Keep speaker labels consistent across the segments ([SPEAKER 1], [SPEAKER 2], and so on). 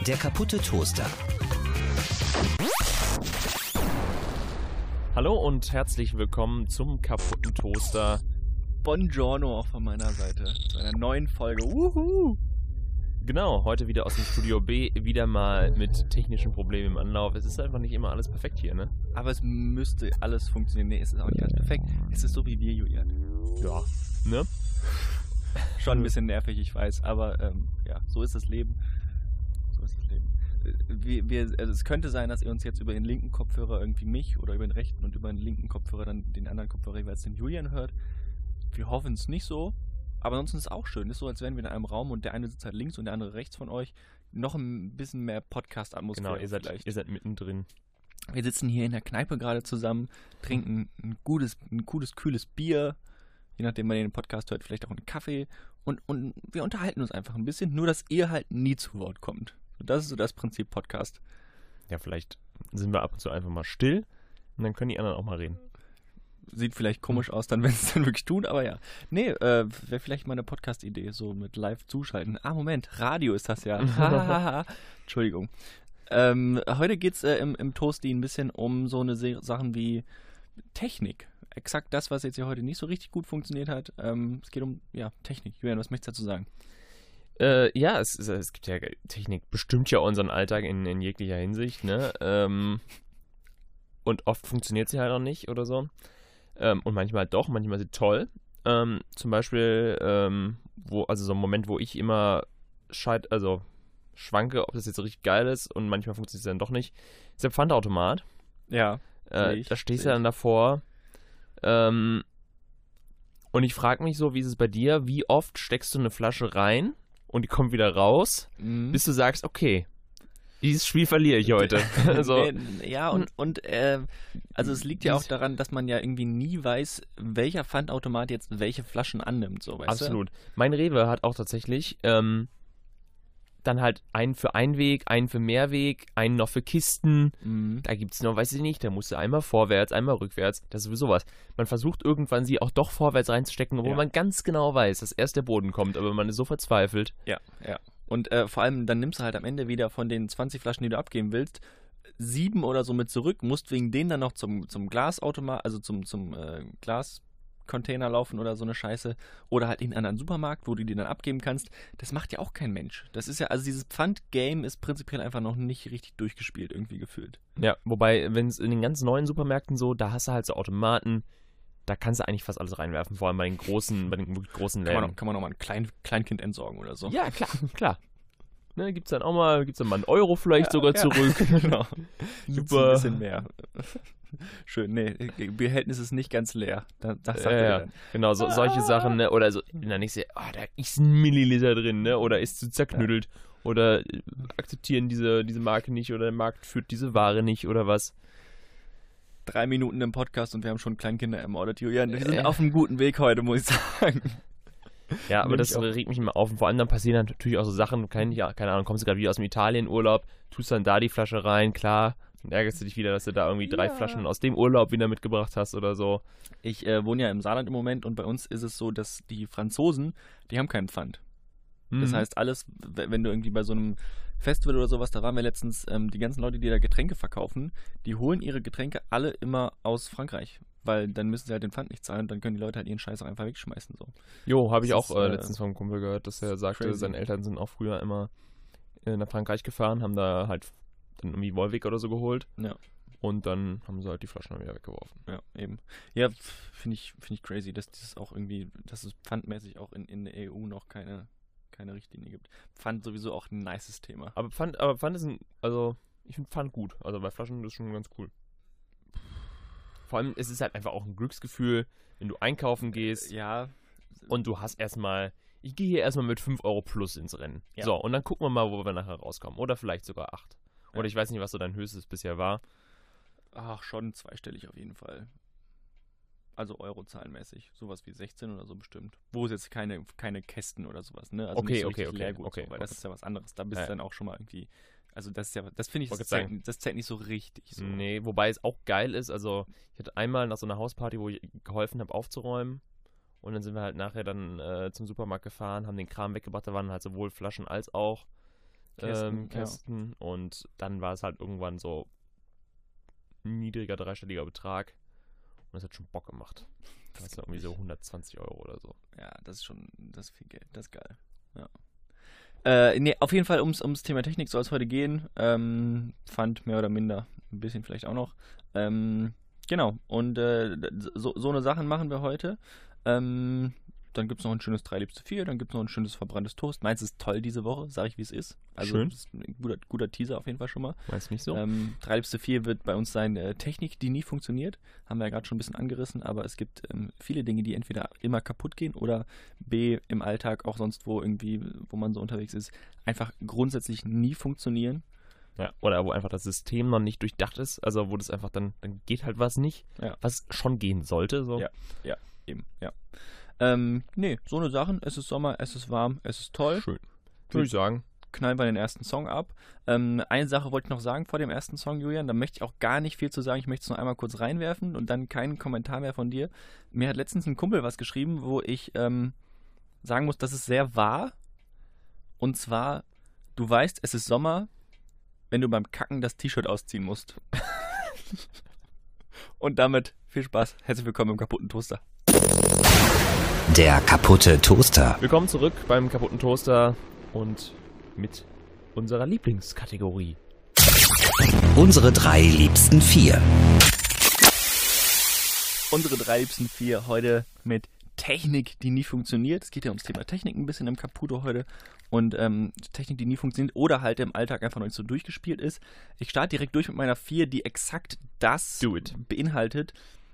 [SPEAKER 1] Der kaputte Toaster.
[SPEAKER 2] Hallo und herzlich willkommen zum kaputten Toaster.
[SPEAKER 3] Buongiorno auch von meiner Seite zu einer neuen Folge. Wuhu!
[SPEAKER 2] Genau, heute wieder aus dem Studio B, wieder mal mit technischen Problemen im Anlauf. Es ist einfach nicht immer alles perfekt hier, ne?
[SPEAKER 3] Aber es müsste alles funktionieren. Nee, es ist auch nicht alles perfekt. Es ist so wie wir, Julian.
[SPEAKER 2] Ja. Ne?
[SPEAKER 3] Schon ein bisschen nervig, ich weiß, aber ja, so ist das Leben. So ist das Leben. Also es könnte sein, dass ihr uns jetzt über den linken Kopfhörer irgendwie mich oder über den rechten und über den linken Kopfhörer dann den anderen Kopfhörer jeweils den Julian hört. Wir hoffen es nicht so, aber ansonsten ist es auch schön. Es ist so, als wären wir in einem Raum und der eine sitzt halt links und der andere rechts von euch. Noch ein bisschen mehr Podcast-Atmosphäre.
[SPEAKER 2] Genau, ihr seid mittendrin.
[SPEAKER 3] Wir sitzen hier in der Kneipe gerade zusammen, trinken ein gutes, kühles Bier. Je nachdem, man den Podcast hört, vielleicht auch einen Kaffee. Und wir unterhalten uns einfach ein bisschen, nur dass ihr halt nie zu Wort kommt. Das ist so das Prinzip Podcast.
[SPEAKER 2] Ja, vielleicht sind wir ab und zu einfach mal still und dann können die anderen auch mal reden.
[SPEAKER 3] Sieht vielleicht komisch aus, dann, wenn sie es dann wirklich tun, aber ja. Nee, wäre vielleicht mal eine Podcast-Idee, so mit live zuschalten. Ah, Moment, Radio ist das ja. Entschuldigung. Heute geht es im Toasty ein bisschen um so eine Sachen wie Technik. Exakt das, was jetzt hier heute nicht so richtig gut funktioniert hat. Es geht um Technik. Julian, was möchtest du dazu sagen?
[SPEAKER 2] Ja, es gibt ja Technik, bestimmt ja unseren Alltag in jeglicher Hinsicht, ne? Und oft funktioniert sie halt auch nicht oder so. Und manchmal doch, manchmal ist sie toll. Zum Beispiel, so ein Moment, wo ich immer schwanke, ob das jetzt so richtig geil ist und manchmal funktioniert es dann doch nicht, ist der Pfandautomat.
[SPEAKER 3] Ja.
[SPEAKER 2] Da stehst du dann davor. Und ich frage mich so, wie ist es bei dir? Wie oft steckst du eine Flasche rein und die kommt wieder raus, bis du sagst, okay, dieses Spiel verliere ich heute. Also,
[SPEAKER 3] ja, also es liegt ja auch daran, dass man ja irgendwie nie weiß, welcher Pfandautomat jetzt welche Flaschen annimmt, so, weißt
[SPEAKER 2] absolut. Mein Rewe hat auch tatsächlich dann halt einen für Einweg, einen für Mehrweg, einen noch für Kisten. Da gibt es noch, weiß ich nicht, da musst du einmal vorwärts, einmal rückwärts. Das ist sowieso was. Man versucht irgendwann sie auch doch vorwärts reinzustecken, obwohl man ganz genau weiß, dass erst der Boden kommt, aber man ist so verzweifelt.
[SPEAKER 3] Ja. Und vor allem, dann nimmst du halt am Ende wieder von den 20 Flaschen, die du abgeben willst, 7 oder so mit zurück, musst wegen denen dann noch zum Glasautomat, also zum Glascontainer laufen oder so eine Scheiße. Oder halt in einen anderen Supermarkt, wo du die dann abgeben kannst. Das macht ja auch kein Mensch. Das ist ja, also dieses Pfand-Game ist prinzipiell einfach noch nicht richtig durchgespielt, irgendwie gefühlt.
[SPEAKER 2] Ja, wobei, wenn es in den ganz neuen Supermärkten so, da hast du halt so Automaten, da kannst du eigentlich fast alles reinwerfen, vor allem bei den wirklich großen Läden.
[SPEAKER 3] Kann man auch mal ein Kleinkind entsorgen oder so.
[SPEAKER 2] Ja, klar. Ne, gibt's dann mal einen Euro vielleicht sogar zurück.
[SPEAKER 3] Genau.
[SPEAKER 2] Super.
[SPEAKER 3] Ein bisschen mehr. Schön, nee, Behältnis ist nicht ganz leer. Das sagt er dann.
[SPEAKER 2] Genau, solche Sachen, ne, oder so, in der nächsten, da ist ein Milliliter drin, ne, oder ist zu zerknüttelt, oder akzeptieren diese Marke nicht, oder der Markt führt diese Ware nicht, oder was.
[SPEAKER 3] 3 Minuten im Podcast und wir haben schon Kleinkinder ermordet, Julian. Wir sind auf einem guten Weg heute, muss ich sagen.
[SPEAKER 2] Ja, aber das regt mich immer auf. Und vor allem dann passieren dann natürlich auch so Sachen, keine Ahnung, kommst du gerade wieder aus dem Italienurlaub, tust dann da die Flasche rein, klar, dann ärgerst du dich wieder, dass du da irgendwie 3 Flaschen aus dem Urlaub wieder mitgebracht hast oder so.
[SPEAKER 3] Ich wohne ja im Saarland im Moment und bei uns ist es so, dass die Franzosen, die haben keinen Pfand. Das heißt, alles, wenn du irgendwie bei so einem Festival oder sowas, da waren wir letztens, die ganzen Leute, die da Getränke verkaufen, die holen ihre Getränke alle immer aus Frankreich. Weil dann müssen sie halt den Pfand nicht zahlen und dann können die Leute halt ihren Scheiß auch einfach wegschmeißen. So.
[SPEAKER 2] Jo, habe ich auch letztens vom Kumpel gehört, dass er sagte, crazy. Seine Eltern sind auch früher immer nach Frankreich gefahren, haben da halt dann irgendwie Wolwig oder so geholt. Ja. Und dann haben sie halt die Flaschen dann wieder weggeworfen.
[SPEAKER 3] Ja, eben. Ja, finde ich crazy, dass es auch irgendwie, dass es pfandmäßig auch in der EU noch keine Richtlinie gibt. Pfand sowieso auch ein nices Thema.
[SPEAKER 2] Aber Pfand ist ich finde Pfand gut. Also bei Flaschen ist schon ganz cool. Vor allem, es ist halt einfach auch ein Glücksgefühl, wenn du einkaufen gehst und du hast ich gehe hier erstmal mit 5 Euro plus ins Rennen. Ja. So, und dann gucken wir mal, wo wir nachher rauskommen. Oder vielleicht sogar 8. Oder ich weiß nicht, was so dein höchstes bisher war.
[SPEAKER 3] Ach, schon zweistellig auf jeden Fall. Also Eurozahlenmäßig. Sowas wie 16 oder so bestimmt. Wo es jetzt keine Kästen oder sowas, ne? Also nicht so richtig Leergut, weil das ist ja was anderes. Da bist du dann auch schon mal irgendwie. Also das ist ja, das finde ich, das zählt nicht so richtig. So.
[SPEAKER 2] Nee, wobei es auch geil ist, also ich hatte einmal nach so einer Hausparty, wo ich geholfen habe aufzuräumen und dann sind wir halt nachher dann zum Supermarkt gefahren, haben den Kram weggebracht, da waren halt sowohl Flaschen als auch Kästen. Und dann war es halt irgendwann so ein niedriger dreistelliger Betrag. Und das hat schon Bock gemacht. Das ist irgendwie so 120 € oder so.
[SPEAKER 3] Ja, das ist viel Geld. Das ist geil. Ja. Auf jeden Fall ums Thema Technik soll es heute gehen. Fand mehr oder minder ein bisschen vielleicht auch noch. Genau. Und so eine Sachen machen wir heute. Dann gibt es noch ein schönes 3 Liebste 4, dann gibt es noch ein schönes verbranntes Toast. Meins ist toll diese Woche, sage ich wie es ist. Also
[SPEAKER 2] schön.
[SPEAKER 3] Das ist ein guter Teaser auf jeden Fall schon mal.
[SPEAKER 2] Weiß nicht so.
[SPEAKER 3] 3 Liebste 4 wird bei uns sein Technik, die nie funktioniert. Haben wir ja gerade schon ein bisschen angerissen, aber es gibt viele Dinge, die entweder immer kaputt gehen oder B, im Alltag auch sonst wo irgendwie, wo man so unterwegs ist, einfach grundsätzlich nie funktionieren.
[SPEAKER 2] Ja, oder wo einfach das System noch nicht durchdacht ist, also wo das einfach dann geht halt was nicht, was schon gehen sollte. So.
[SPEAKER 3] Ja, eben, ja. So eine Sachen, es ist Sommer, es ist warm, es ist toll.
[SPEAKER 2] Schön. Würde ich sagen.
[SPEAKER 3] Knallen wir den ersten Song ab. Eine Sache wollte ich noch sagen vor dem ersten Song, Julian, da möchte ich auch gar nicht viel zu sagen, ich möchte es nur einmal kurz reinwerfen und dann keinen Kommentar mehr von dir. Mir hat letztens ein Kumpel was geschrieben, wo ich sagen muss, dass es sehr wahr. Und zwar, du weißt, es ist Sommer, wenn du beim Kacken das T-Shirt ausziehen musst. Und damit viel Spaß. Herzlich willkommen im kaputten Toaster.
[SPEAKER 1] Der kaputte Toaster.
[SPEAKER 2] Willkommen zurück beim kaputten Toaster und mit unserer Lieblingskategorie.
[SPEAKER 1] Unsere 3 liebsten 4.
[SPEAKER 3] Unsere 3 liebsten 4 heute mit Technik, die nie funktioniert. Es geht ja ums Thema Technik ein bisschen im Caputo heute. Und Technik, die nie funktioniert oder halt im Alltag einfach noch nicht so durchgespielt ist. Ich starte direkt durch mit meiner 4, die exakt das beinhaltet.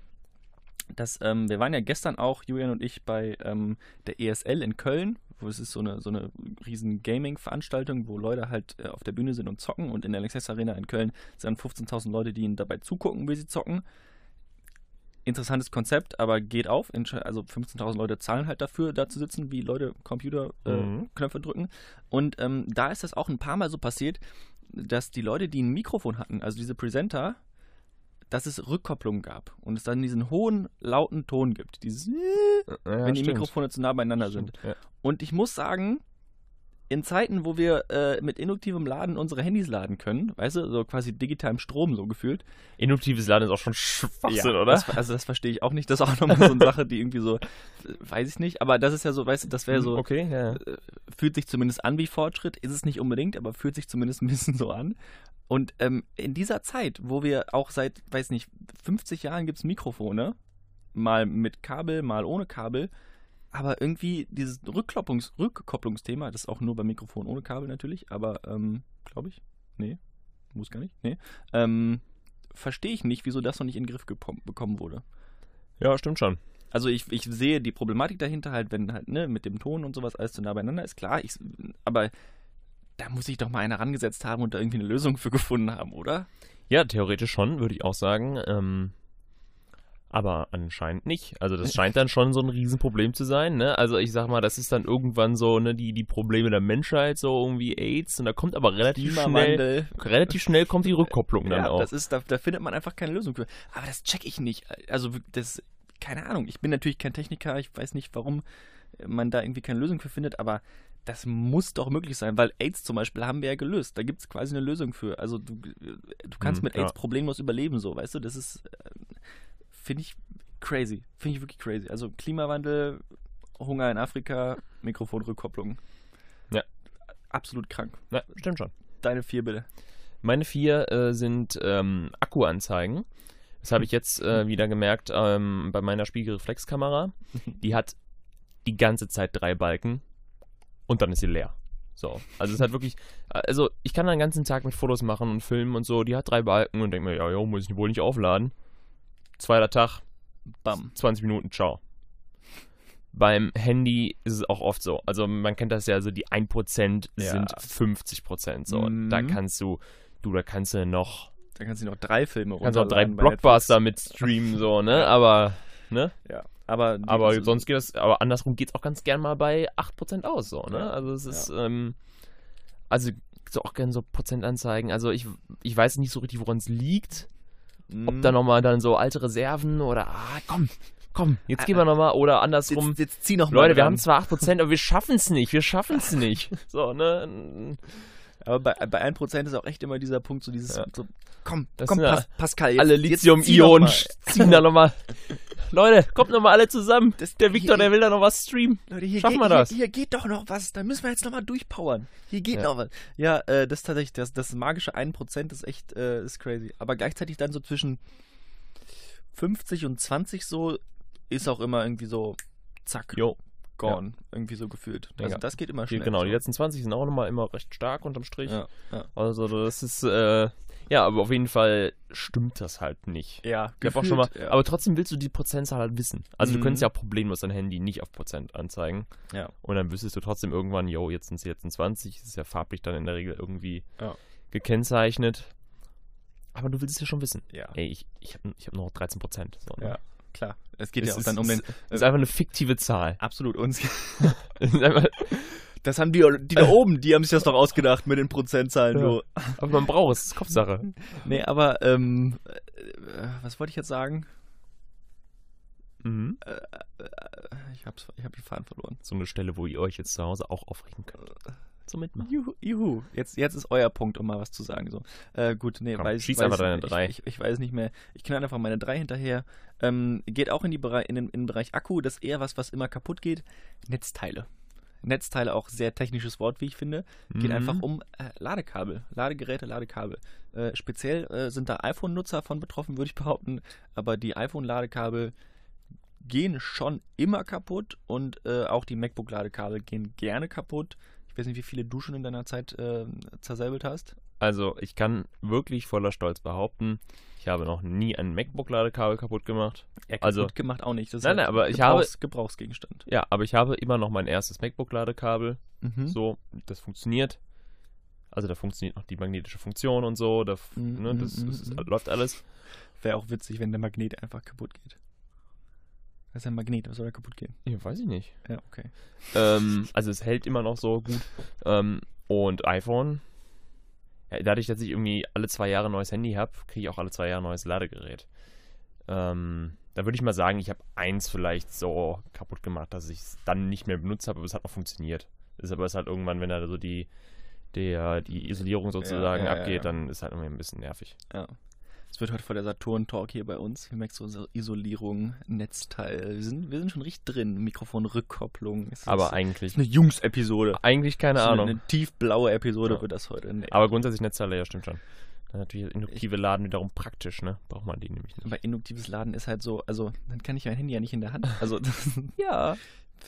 [SPEAKER 3] Wir waren ja gestern auch, Julian und ich, bei der ESL in Köln, wo es ist so eine riesen Gaming-Veranstaltung, wo Leute halt auf der Bühne sind und zocken, und in der LANXESS Arena in Köln sind 15.000 Leute, die ihnen dabei zugucken, wie sie zocken. Interessantes Konzept, aber geht auf. Also 15.000 Leute zahlen halt dafür, da zu sitzen, wie Leute Computerknöpfe drücken. Und da ist das auch ein paar Mal so passiert, dass die Leute, die ein Mikrofon hatten, also diese Presenter, dass es Rückkopplungen gab und es dann diesen hohen, lauten Ton gibt. Dieses wenn die Mikrofone zu nah beieinander sind.
[SPEAKER 2] Ja.
[SPEAKER 3] Und ich muss sagen, in Zeiten, wo wir mit induktivem Laden unsere Handys laden können, weißt du, so quasi digitalem Strom so gefühlt.
[SPEAKER 2] Induktives Laden ist auch schon Schwachsinn, oder?
[SPEAKER 3] Das verstehe ich auch nicht. Das ist auch nochmal so eine Sache, die irgendwie so, weiß ich nicht, aber das ist ja so, weißt du, das wäre so,
[SPEAKER 2] okay, ja.
[SPEAKER 3] Fühlt sich zumindest an wie Fortschritt, ist es nicht unbedingt, aber fühlt sich zumindest ein bisschen so an. Und in dieser Zeit, wo wir auch seit, weiß nicht, 50 Jahren gibt es Mikrofone, mal mit Kabel, mal ohne Kabel, aber irgendwie dieses Rückkopplungsthema, das ist auch nur beim Mikrofon ohne Kabel natürlich, aber glaube ich, nee, muss gar nicht, nee, verstehe ich nicht, wieso das noch nicht in den Griff bekommen wurde.
[SPEAKER 2] Ja, stimmt schon.
[SPEAKER 3] Also ich sehe die Problematik dahinter halt, wenn halt, ne, mit dem Ton und sowas alles zu nah beieinander ist, klar, aber da muss ich doch mal einer rangesetzt haben und da irgendwie eine Lösung für gefunden haben, oder?
[SPEAKER 2] Ja, theoretisch schon, würde ich auch sagen. Aber anscheinend nicht. Also das scheint dann schon so ein Riesenproblem zu sein, ne? Also ich sag mal, das ist dann irgendwann so, ne, die Probleme der Menschheit, so irgendwie AIDS, und da kommt aber relativ schnell kommt die Rückkopplung dann auch.
[SPEAKER 3] Da findet man einfach keine Lösung für. Aber das check ich nicht. Also keine Ahnung, ich bin natürlich kein Techniker, ich weiß nicht, warum man da irgendwie keine Lösung für findet, aber das muss doch möglich sein, weil AIDS zum Beispiel haben wir ja gelöst. Da gibt es quasi eine Lösung für. Also du kannst mit AIDS problemlos überleben, so, weißt du? Das ist, finde ich crazy. Finde ich wirklich crazy. Also Klimawandel, Hunger in Afrika, Mikrofonrückkopplung.
[SPEAKER 2] Ja.
[SPEAKER 3] Absolut krank.
[SPEAKER 2] Ja, stimmt schon.
[SPEAKER 3] Deine 4 bitte.
[SPEAKER 2] Meine 4 sind Akkuanzeigen. Das habe ich jetzt wieder gemerkt bei meiner Spiegelreflexkamera. Die hat die ganze Zeit 3 Balken. Und dann ist sie leer. So. Also es hat wirklich, also ich kann den ganzen Tag mit Fotos machen und filmen und so, die hat 3 Balken und denke mir, ja, muss ich wohl nicht aufladen. 2. Tag, bam, 20 Minuten, ciao. Beim Handy ist es auch oft so. Also man kennt das ja, so die 1% sind 50%. So. Da kannst du noch.
[SPEAKER 3] Da kannst du noch 3 Filme runterladen.
[SPEAKER 2] Kannst auch 3 Blockbuster mit streamen, so, ne? Aber, ne?
[SPEAKER 3] Ja.
[SPEAKER 2] Aber sonst geht das, aber andersrum geht es auch ganz gern mal bei 8% aus, so, ne? Also es ist, also so auch gerne so Prozentanzeigen. Also ich weiß nicht so richtig, woran es liegt. Ob da nochmal dann so alte Reserven oder, komm, jetzt gehen wir nochmal, oder andersrum.
[SPEAKER 3] Jetzt zieh noch mal
[SPEAKER 2] Leute,
[SPEAKER 3] dran.
[SPEAKER 2] wir haben zwar 8%, aber wir schaffen es nicht. So, ne?
[SPEAKER 3] Aber bei 1% ist auch echt immer dieser Punkt, so dieses, so, komm, Pascal,
[SPEAKER 2] jetzt, alle Lithium-Ionen ziehen da nochmal. Leute, kommt nochmal alle zusammen. Der Victor, der will da noch was streamen.
[SPEAKER 3] Leute,
[SPEAKER 2] schaffen wir das.
[SPEAKER 3] Hier geht doch noch was. Da müssen wir jetzt nochmal durchpowern. Hier geht noch was. Ja, das ist tatsächlich, das magische 1% ist echt, ist crazy. Aber gleichzeitig dann so zwischen 50 und 20 so, ist auch immer irgendwie so, zack, gone. Irgendwie so gefühlt. Also das geht immer schnell.
[SPEAKER 2] Genau, die letzten 20 sind auch nochmal immer recht stark unterm Strich. Also das ist, aber auf jeden Fall stimmt das halt nicht.
[SPEAKER 3] Ja,
[SPEAKER 2] ich hab auch schon mal, aber trotzdem willst du die Prozentzahl halt wissen. Also du könntest ja auch problemlos dein Handy nicht auf Prozent anzeigen.
[SPEAKER 3] Ja.
[SPEAKER 2] Und dann wüsstest du trotzdem irgendwann, jetzt sind es 20, das ist ja farblich dann in der Regel irgendwie gekennzeichnet. Aber du willst es ja schon wissen.
[SPEAKER 3] Ja.
[SPEAKER 2] Ey, ich hab noch 13%. So, ne?
[SPEAKER 3] Ja, klar. Es geht ja auch dann um den...
[SPEAKER 2] Das ist einfach eine fiktive Zahl.
[SPEAKER 3] Absolut. Das haben die da oben, die haben sich das doch ausgedacht mit den Prozentzahlen. So.
[SPEAKER 2] Aber man braucht es, das ist Kopfsache.
[SPEAKER 3] Nee, aber, was wollte ich jetzt sagen? Ich hab die Faden verloren.
[SPEAKER 2] So eine Stelle, wo ihr euch jetzt zu Hause auch aufregen könnt. So mitmachen.
[SPEAKER 3] Juhu. Jetzt ist euer Punkt, um mal was zu sagen. So. Gut, nee,
[SPEAKER 2] schieß einfach deine 3.
[SPEAKER 3] Ich weiß nicht mehr. Ich knall einfach meine 3 hinterher. Geht auch in den Bereich Akku. Das ist eher was immer kaputt geht. Netzteile. Netzteile, auch sehr technisches Wort, wie ich finde. Geht einfach um Ladekabel. Ladegeräte, Ladekabel. Speziell sind da iPhone-Nutzer von betroffen, würde ich behaupten. Aber die iPhone-Ladekabel gehen schon immer kaputt. Und auch die MacBook-Ladekabel gehen gerne kaputt. Ich weiß nicht, wie viele du schon in deiner Zeit zersäbelt hast.
[SPEAKER 2] Also, ich kann wirklich voller Stolz behaupten, ich habe noch nie ein MacBook-Ladekabel kaputt gemacht.
[SPEAKER 3] Kaputt gemacht auch nicht. Das ist
[SPEAKER 2] aber
[SPEAKER 3] Gebrauchsgegenstand.
[SPEAKER 2] Ja, aber ich habe immer noch mein erstes MacBook-Ladekabel. So, das funktioniert. Also, da funktioniert noch die magnetische Funktion und so. Das läuft alles.
[SPEAKER 3] Wäre auch witzig, wenn der Magnet einfach kaputt geht. Das ist ein Magnet, was soll da kaputt gehen?
[SPEAKER 2] Ja, weiß ich nicht.
[SPEAKER 3] Ja, okay.
[SPEAKER 2] Also es hält immer noch so gut. Und iPhone, dadurch, dass ich irgendwie alle 2 Jahre ein neues Handy habe, kriege ich auch alle 2 Jahre ein neues Ladegerät. Da würde ich mal sagen, ich habe eins vielleicht so kaputt gemacht, dass ich es dann nicht mehr benutzt habe, aber es hat noch funktioniert. Es ist halt irgendwann, wenn da so die Isolierung sozusagen abgeht, dann ist halt irgendwie ein bisschen nervig.
[SPEAKER 3] Ja. Es wird heute vor der Saturn-Talk hier bei uns. Wie merkst du, unsere Isolierung, Netzteil. Wir sind schon richtig drin. Mikrofonrückkopplung.
[SPEAKER 2] Aber eigentlich...
[SPEAKER 3] ist eine Jungs-Episode.
[SPEAKER 2] Eigentlich keine Ahnung.
[SPEAKER 3] Eine tiefblaue Episode wird das heute. Nee.
[SPEAKER 2] Aber grundsätzlich Netzteile, ja, stimmt schon. Dann natürlich induktive Laden wiederum praktisch, ne? Braucht man die nämlich nicht.
[SPEAKER 3] Aber induktives Laden ist halt so, also dann kann ich mein Handy ja nicht in der Hand. Also
[SPEAKER 2] ja,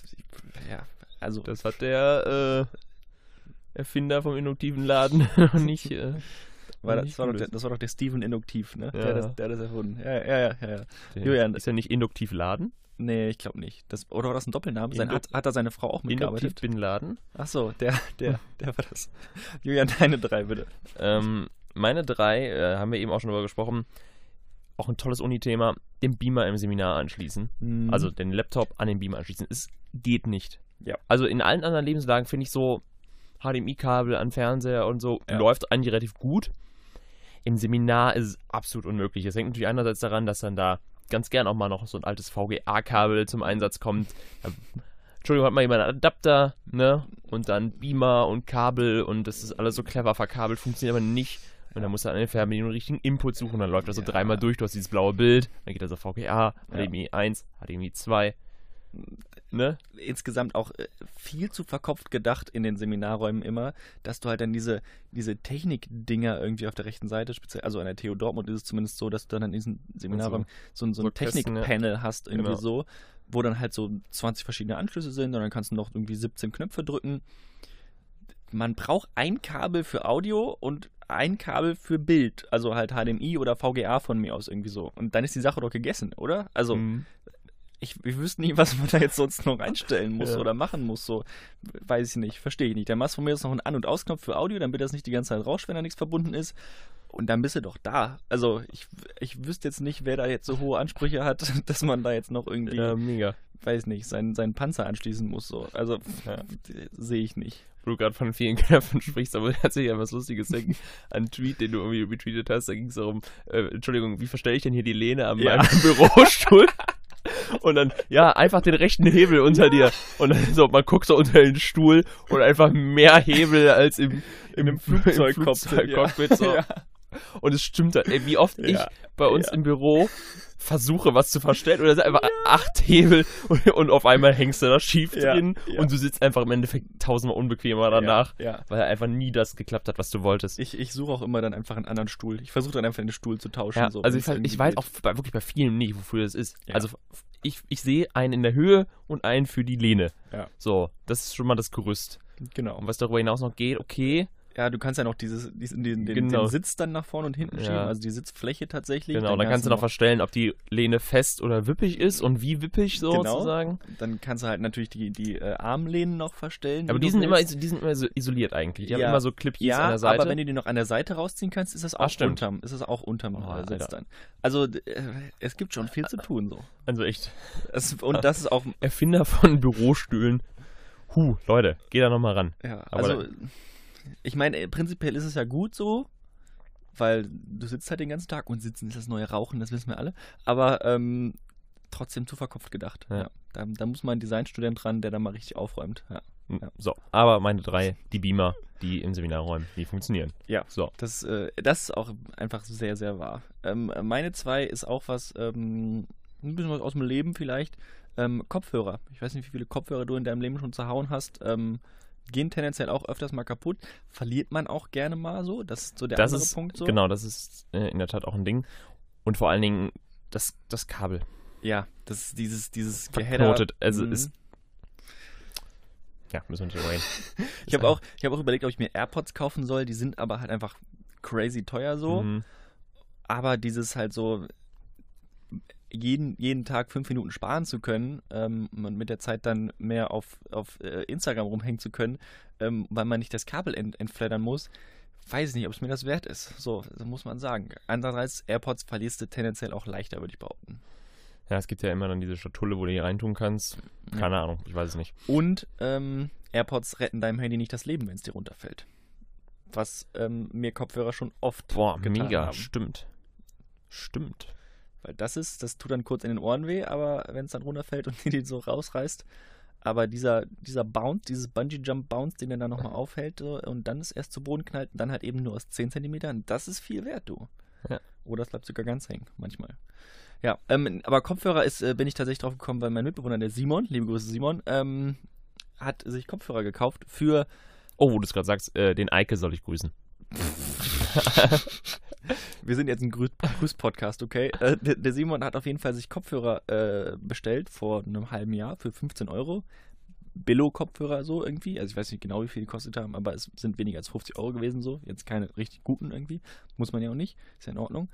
[SPEAKER 3] also
[SPEAKER 2] das hat der Erfinder vom induktiven Laden noch nicht...
[SPEAKER 3] das war doch der Steven Induktiv, ne?
[SPEAKER 2] Ja.
[SPEAKER 3] Der hat das erfunden. Ja.
[SPEAKER 2] Julian, ist ja nicht induktiv Laden?
[SPEAKER 3] Nee, ich glaube nicht. Oder war das ein Doppelname? Hat da seine Frau auch mitgearbeitet?
[SPEAKER 2] Induktiv bin Laden?
[SPEAKER 3] Achso, der war das. Julian, deine 3 bitte.
[SPEAKER 2] Meine 3, haben wir eben auch schon darüber gesprochen, auch ein tolles Uni-Thema, den Beamer im Seminar anschließen. Also den Laptop an den Beamer anschließen. Es geht nicht.
[SPEAKER 3] Ja.
[SPEAKER 2] Also in allen anderen Lebenslagen finde ich so, HDMI-Kabel an Fernseher und so, läuft eigentlich relativ gut. Im Seminar ist es absolut unmöglich. Es hängt natürlich einerseits daran, dass dann da ganz gern auch mal noch so ein altes VGA-Kabel zum Einsatz kommt. Entschuldigung, hat mal jemand einen Adapter, ne? Und dann Beamer und Kabel und das ist alles so clever verkabelt, funktioniert aber nicht. Und dann musst du an der Fernbedienung den richtigen Input suchen, dann läuft das so 3-mal durch, du hast dieses blaue Bild, dann geht das auf VGA, HDMI 1, HDMI 2. Ne?
[SPEAKER 3] Insgesamt auch viel zu verkopft gedacht in den Seminarräumen immer, dass du halt dann diese Technik-Dinger irgendwie auf der rechten Seite, speziell, also an der TU Dortmund ist es zumindest so, dass du dann in diesen Seminarräumen so ein Technik-Panel hast, irgendwie so, wo dann halt so 20 verschiedene Anschlüsse sind und dann kannst du noch irgendwie 17 Knöpfe drücken. Man braucht ein Kabel für Audio und ein Kabel für Bild, also halt HDMI oder VGA von mir aus irgendwie so. Und dann ist die Sache doch gegessen, oder? Also ich wüsste nie, was man da jetzt sonst noch einstellen muss oder machen muss, so, weiß ich nicht, verstehe ich nicht. Dann machst du von mir jetzt noch einen An- und Ausknopf für Audio, dann wird das nicht die ganze Zeit rauscht, wenn da nichts verbunden ist und dann bist du doch da. Also ich wüsste jetzt nicht, wer da jetzt so hohe Ansprüche hat, dass man da jetzt noch irgendwie, weiß nicht, seinen Panzer anschließen muss, so. Also sehe ich nicht.
[SPEAKER 2] Wo du gerade von vielen Knöpfen sprichst, aber tatsächlich etwas Lustiges denken. Ein Tweet, den du irgendwie retweetet hast, da ging es darum, Entschuldigung, wie verstelle ich denn hier die Lehne an meinem Bürostuhl? Und dann, ja, einfach den rechten Hebel unter dir. Und dann so, man guckt so unter den Stuhl und einfach mehr Hebel als im Flugzeugcockpit. So. Ja. Und es stimmt halt, ey, wie oft ich bei uns im Büro versuche, was zu verstellen oder einfach 8 Hebel und auf einmal hängst du da schief drin und du sitzt einfach im Endeffekt 1000-mal unbequemer danach, weil einfach nie das geklappt hat, was du wolltest.
[SPEAKER 3] Ich suche auch immer dann einfach einen anderen Stuhl. Ich versuche dann einfach den Stuhl zu tauschen.
[SPEAKER 2] Ja,
[SPEAKER 3] so,
[SPEAKER 2] also ich weiß auch wirklich bei vielen nicht, wofür das ist. Ja. Also ich sehe einen in der Höhe und einen für die Lehne. Ja. So, das ist schon mal das Gerüst.
[SPEAKER 3] Genau.
[SPEAKER 2] Und was darüber hinaus noch geht, okay.
[SPEAKER 3] Ja, du kannst ja noch den Sitz dann nach vorne und hinten schieben, also die Sitzfläche tatsächlich.
[SPEAKER 2] Genau, dann kannst du noch verstellen, ob die Lehne fest oder wippig ist und wie wippig sozusagen.
[SPEAKER 3] Dann kannst du halt natürlich die Armlehnen noch verstellen.
[SPEAKER 2] Aber die sind immer so isoliert eigentlich. Die haben immer so Clippies an der Seite.
[SPEAKER 3] Ja, aber wenn du die noch an der Seite rausziehen kannst, ist das auch unterm Sitz dann. Also es gibt schon viel zu tun so.
[SPEAKER 2] Also echt.
[SPEAKER 3] Und das ist auch...
[SPEAKER 2] Erfinder von Bürostühlen. Leute, geh da nochmal ran.
[SPEAKER 3] Ja, aber ich meine, prinzipiell ist es ja gut so, weil du sitzt halt den ganzen Tag und sitzen ist das neue Rauchen, das wissen wir alle, aber trotzdem zu verkopft gedacht. Ja. Da muss mal ein Designstudent ran, der da mal richtig aufräumt. Ja.
[SPEAKER 2] So, aber meine 3, die Beamer, die im Seminarräumen, die funktionieren.
[SPEAKER 3] Ja, so. Das ist auch einfach sehr, sehr wahr. Meine 2 ist auch was, ein bisschen was aus dem Leben vielleicht, Kopfhörer. Ich weiß nicht, wie viele Kopfhörer du in deinem Leben schon zerhauen hast, gehen tendenziell auch öfters mal kaputt. Verliert man auch gerne mal so? Das ist so der andere Punkt so.
[SPEAKER 2] Genau, das ist in der Tat auch ein Ding. Und vor allen Dingen das Kabel.
[SPEAKER 3] Ja, das ist dieses
[SPEAKER 2] verknotet. Also ist... Ja, müssen wir nicht überreden.
[SPEAKER 3] Ich habe auch überlegt, ob ich mir AirPods kaufen soll. Die sind aber halt einfach crazy teuer so. Mhm. Aber dieses halt so... Jeden Tag 5 Minuten sparen zu können und mit der Zeit dann mehr auf Instagram rumhängen zu können, weil man nicht das Kabel entfleddern muss, weiß ich nicht, ob es mir das wert ist. So muss man sagen. Andererseits, AirPods verlierst du tendenziell auch leichter, würde ich behaupten.
[SPEAKER 2] Ja, es gibt ja immer dann diese Schatulle, wo du hier reintun kannst. Keine Ahnung, ich weiß es nicht.
[SPEAKER 3] Und AirPods retten deinem Handy nicht das Leben, wenn es dir runterfällt. Was mir Kopfhörer schon oft getan haben.
[SPEAKER 2] Stimmt.
[SPEAKER 3] Weil das tut dann kurz in den Ohren weh, aber wenn es dann runterfällt und die so rausreißt, aber dieser Bounce, dieses Bungee-Jump-Bounce, den er dann nochmal aufhält und dann es erst zu Boden knallt und dann halt eben nur aus 10 Zentimetern, das ist viel wert, du. Ja. Oder es bleibt sogar ganz hängen, manchmal. Ja, aber Kopfhörer bin ich tatsächlich drauf gekommen, weil mein Mitbewohner, der Simon, liebe Grüße Simon, hat sich Kopfhörer gekauft für...
[SPEAKER 2] Oh, wo du es gerade sagst, den Eike soll ich grüßen.
[SPEAKER 3] Wir sind jetzt ein Grüß-Podcast, okay? Der Simon hat auf jeden Fall sich Kopfhörer bestellt vor einem halben Jahr für 15 €. Billo-Kopfhörer so irgendwie. Also ich weiß nicht genau, wie viel die gekostet haben, aber es sind weniger als 50 € gewesen so. Jetzt keine richtig guten irgendwie. Muss man ja auch nicht. Ist ja in Ordnung.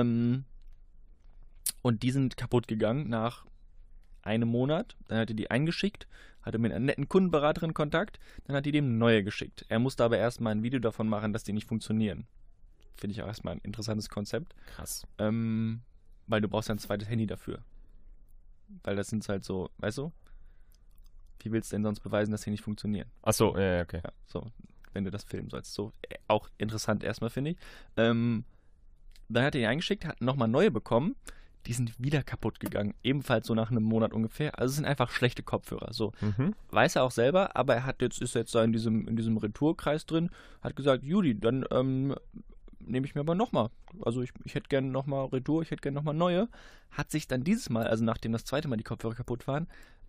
[SPEAKER 3] Und die sind kaputt gegangen nach einem Monat. Dann hat er die eingeschickt, hatte mit einer netten Kundenberaterin Kontakt, dann hat die dem neue geschickt. Er musste aber erstmal ein Video davon machen, dass die nicht funktionieren. Finde ich auch erstmal ein interessantes Konzept.
[SPEAKER 2] Krass.
[SPEAKER 3] Weil du brauchst ja ein zweites Handy dafür. Weil das sind halt so, weißt du? Wie willst du denn sonst beweisen, dass die nicht funktionieren?
[SPEAKER 2] Ach so, ja, okay.
[SPEAKER 3] Ja, so, wenn du das filmen sollst. So, auch interessant erstmal, finde ich. Dann hat er die eingeschickt, hat nochmal neue bekommen. Die sind wieder kaputt gegangen. Ebenfalls so nach einem Monat ungefähr. Also es sind einfach schlechte Kopfhörer. So. Weiß er auch selber, aber ist jetzt da in diesem Retourkreis drin, hat gesagt, Judy, dann nehme ich mir aber nochmal. Also ich hätte gerne nochmal Retour, ich hätte gerne nochmal neue. Hat sich dann dieses Mal, also nachdem das zweite Mal die Kopfhörer kaputt waren,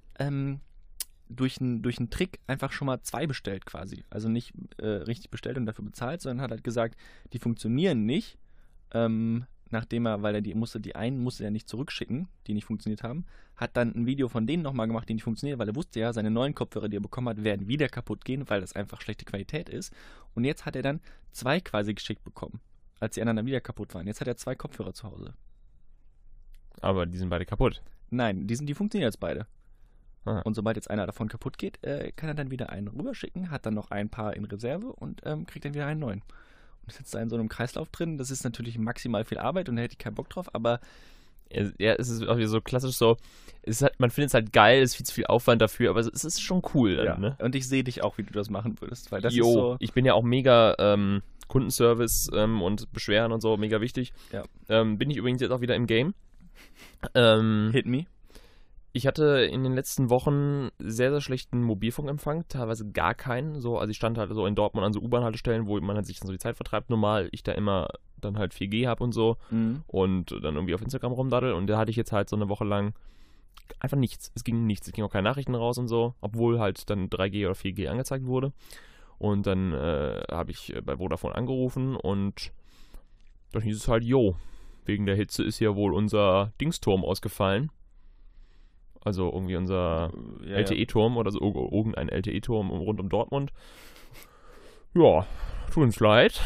[SPEAKER 3] durch einen Trick einfach schon mal 2 bestellt quasi. Also nicht richtig bestellt und dafür bezahlt, sondern hat halt gesagt, die funktionieren nicht. Weil er die einen musste er nicht zurückschicken, die nicht funktioniert haben, hat dann ein Video von denen nochmal gemacht, die nicht funktionieren, weil er wusste ja, seine neuen Kopfhörer, die er bekommen hat, werden wieder kaputt gehen, weil das einfach schlechte Qualität ist. Und jetzt hat er dann 2 quasi geschickt bekommen, als die anderen dann wieder kaputt waren. Jetzt hat er 2 Kopfhörer zu Hause.
[SPEAKER 2] Aber die sind beide kaputt?
[SPEAKER 3] Nein, die funktionieren jetzt beide. Aha. Und sobald jetzt einer davon kaputt geht, kann er dann wieder einen rüberschicken, hat dann noch ein paar in Reserve und kriegt dann wieder einen neuen. Und sitzt da in so einem Kreislauf drin. Das ist natürlich maximal viel Arbeit und da hätte ich keinen Bock drauf, aber...
[SPEAKER 2] Ja, es ist auch wieder so klassisch so, man findet es halt geil, es ist viel zu viel Aufwand dafür, aber es ist schon cool. Dann,
[SPEAKER 3] ja.
[SPEAKER 2] Ne?
[SPEAKER 3] Und ich sehe dich auch, wie du das machen würdest, weil das ist so...
[SPEAKER 2] Ich bin ja auch mega Kundenservice und Beschweren und so, mega wichtig.
[SPEAKER 3] Ja.
[SPEAKER 2] Bin ich übrigens jetzt auch wieder im Game.
[SPEAKER 3] Hit me.
[SPEAKER 2] Ich hatte in den letzten Wochen sehr, sehr schlechten Mobilfunkempfang, teilweise gar keinen. So, also ich stand halt so in Dortmund an so U-Bahn-Haltestellen, wo man halt sich dann so die Zeit vertreibt. Normal, ich da immer dann halt 4G habe und so und dann irgendwie auf Instagram rumdaddel. Und da hatte ich jetzt halt so eine Woche lang einfach nichts. Es ging nichts. Es ging auch keine Nachrichten raus und so, obwohl halt dann 3G oder 4G angezeigt wurde. Und dann habe ich bei Vodafone angerufen und dann hieß es halt, wegen der Hitze ist ja wohl unser Dingsturm ausgefallen. Also irgendwie unser LTE-Turm oder so, irgendein LTE-Turm rund um Dortmund. Ja, tut uns leid.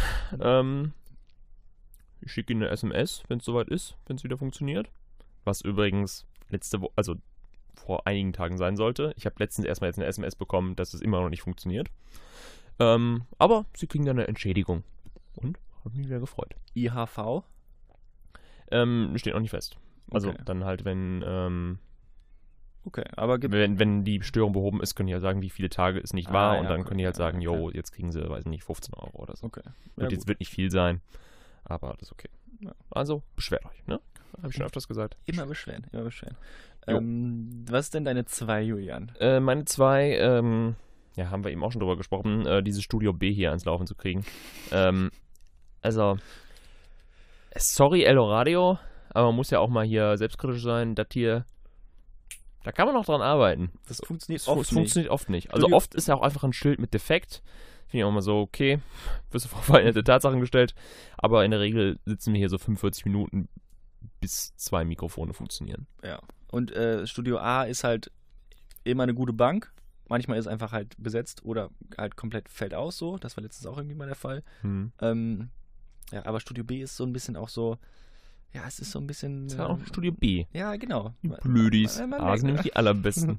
[SPEAKER 2] Ich schicke Ihnen eine SMS, wenn es soweit ist, wenn es wieder funktioniert. Was übrigens also vor einigen Tagen sein sollte. Ich habe letztens erstmal jetzt eine SMS bekommen, dass es immer noch nicht funktioniert. Aber Sie kriegen dann eine Entschädigung. Und? Hat mich wieder gefreut.
[SPEAKER 3] IHV?
[SPEAKER 2] Steht noch nicht fest. Also dann halt, wenn
[SPEAKER 3] okay, aber
[SPEAKER 2] wenn die Störung behoben ist, können die ja sagen, wie viele Tage es nicht war und dann können die halt sagen, jetzt kriegen sie, weiß nicht, 15 Euro oder so.
[SPEAKER 3] Okay.
[SPEAKER 2] Und jetzt wird nicht viel sein, aber das ist okay. Ja. Also, beschwert euch, ne? Habe ich schon öfters gesagt.
[SPEAKER 3] Immer beschweren. Was ist denn deine 2, Julian?
[SPEAKER 2] Meine 2, haben wir eben auch schon drüber gesprochen, dieses Studio B hier ans Laufen zu kriegen. Also, sorry, Ello Radio, aber man muss ja auch mal hier selbstkritisch sein, da kann man noch dran arbeiten.
[SPEAKER 3] Das funktioniert
[SPEAKER 2] oft nicht. Also oft ist ja auch einfach ein Schild mit Defekt. Finde ich auch mal so, okay, wirst du vor veränderte Tatsachen gestellt. Aber in der Regel sitzen wir hier so 45 Minuten, bis 2 Mikrofone funktionieren.
[SPEAKER 3] Ja. Und Studio A ist halt immer eine gute Bank. Manchmal ist es einfach halt besetzt oder halt komplett fällt aus so. Das war letztens auch irgendwie mal der Fall. Aber Studio B ist so ein bisschen auch so, ja, es ist so ein bisschen...
[SPEAKER 2] Das ist ja auch Studio B.
[SPEAKER 3] Ja, genau.
[SPEAKER 2] Die Blödis. Sind nämlich die allerbesten.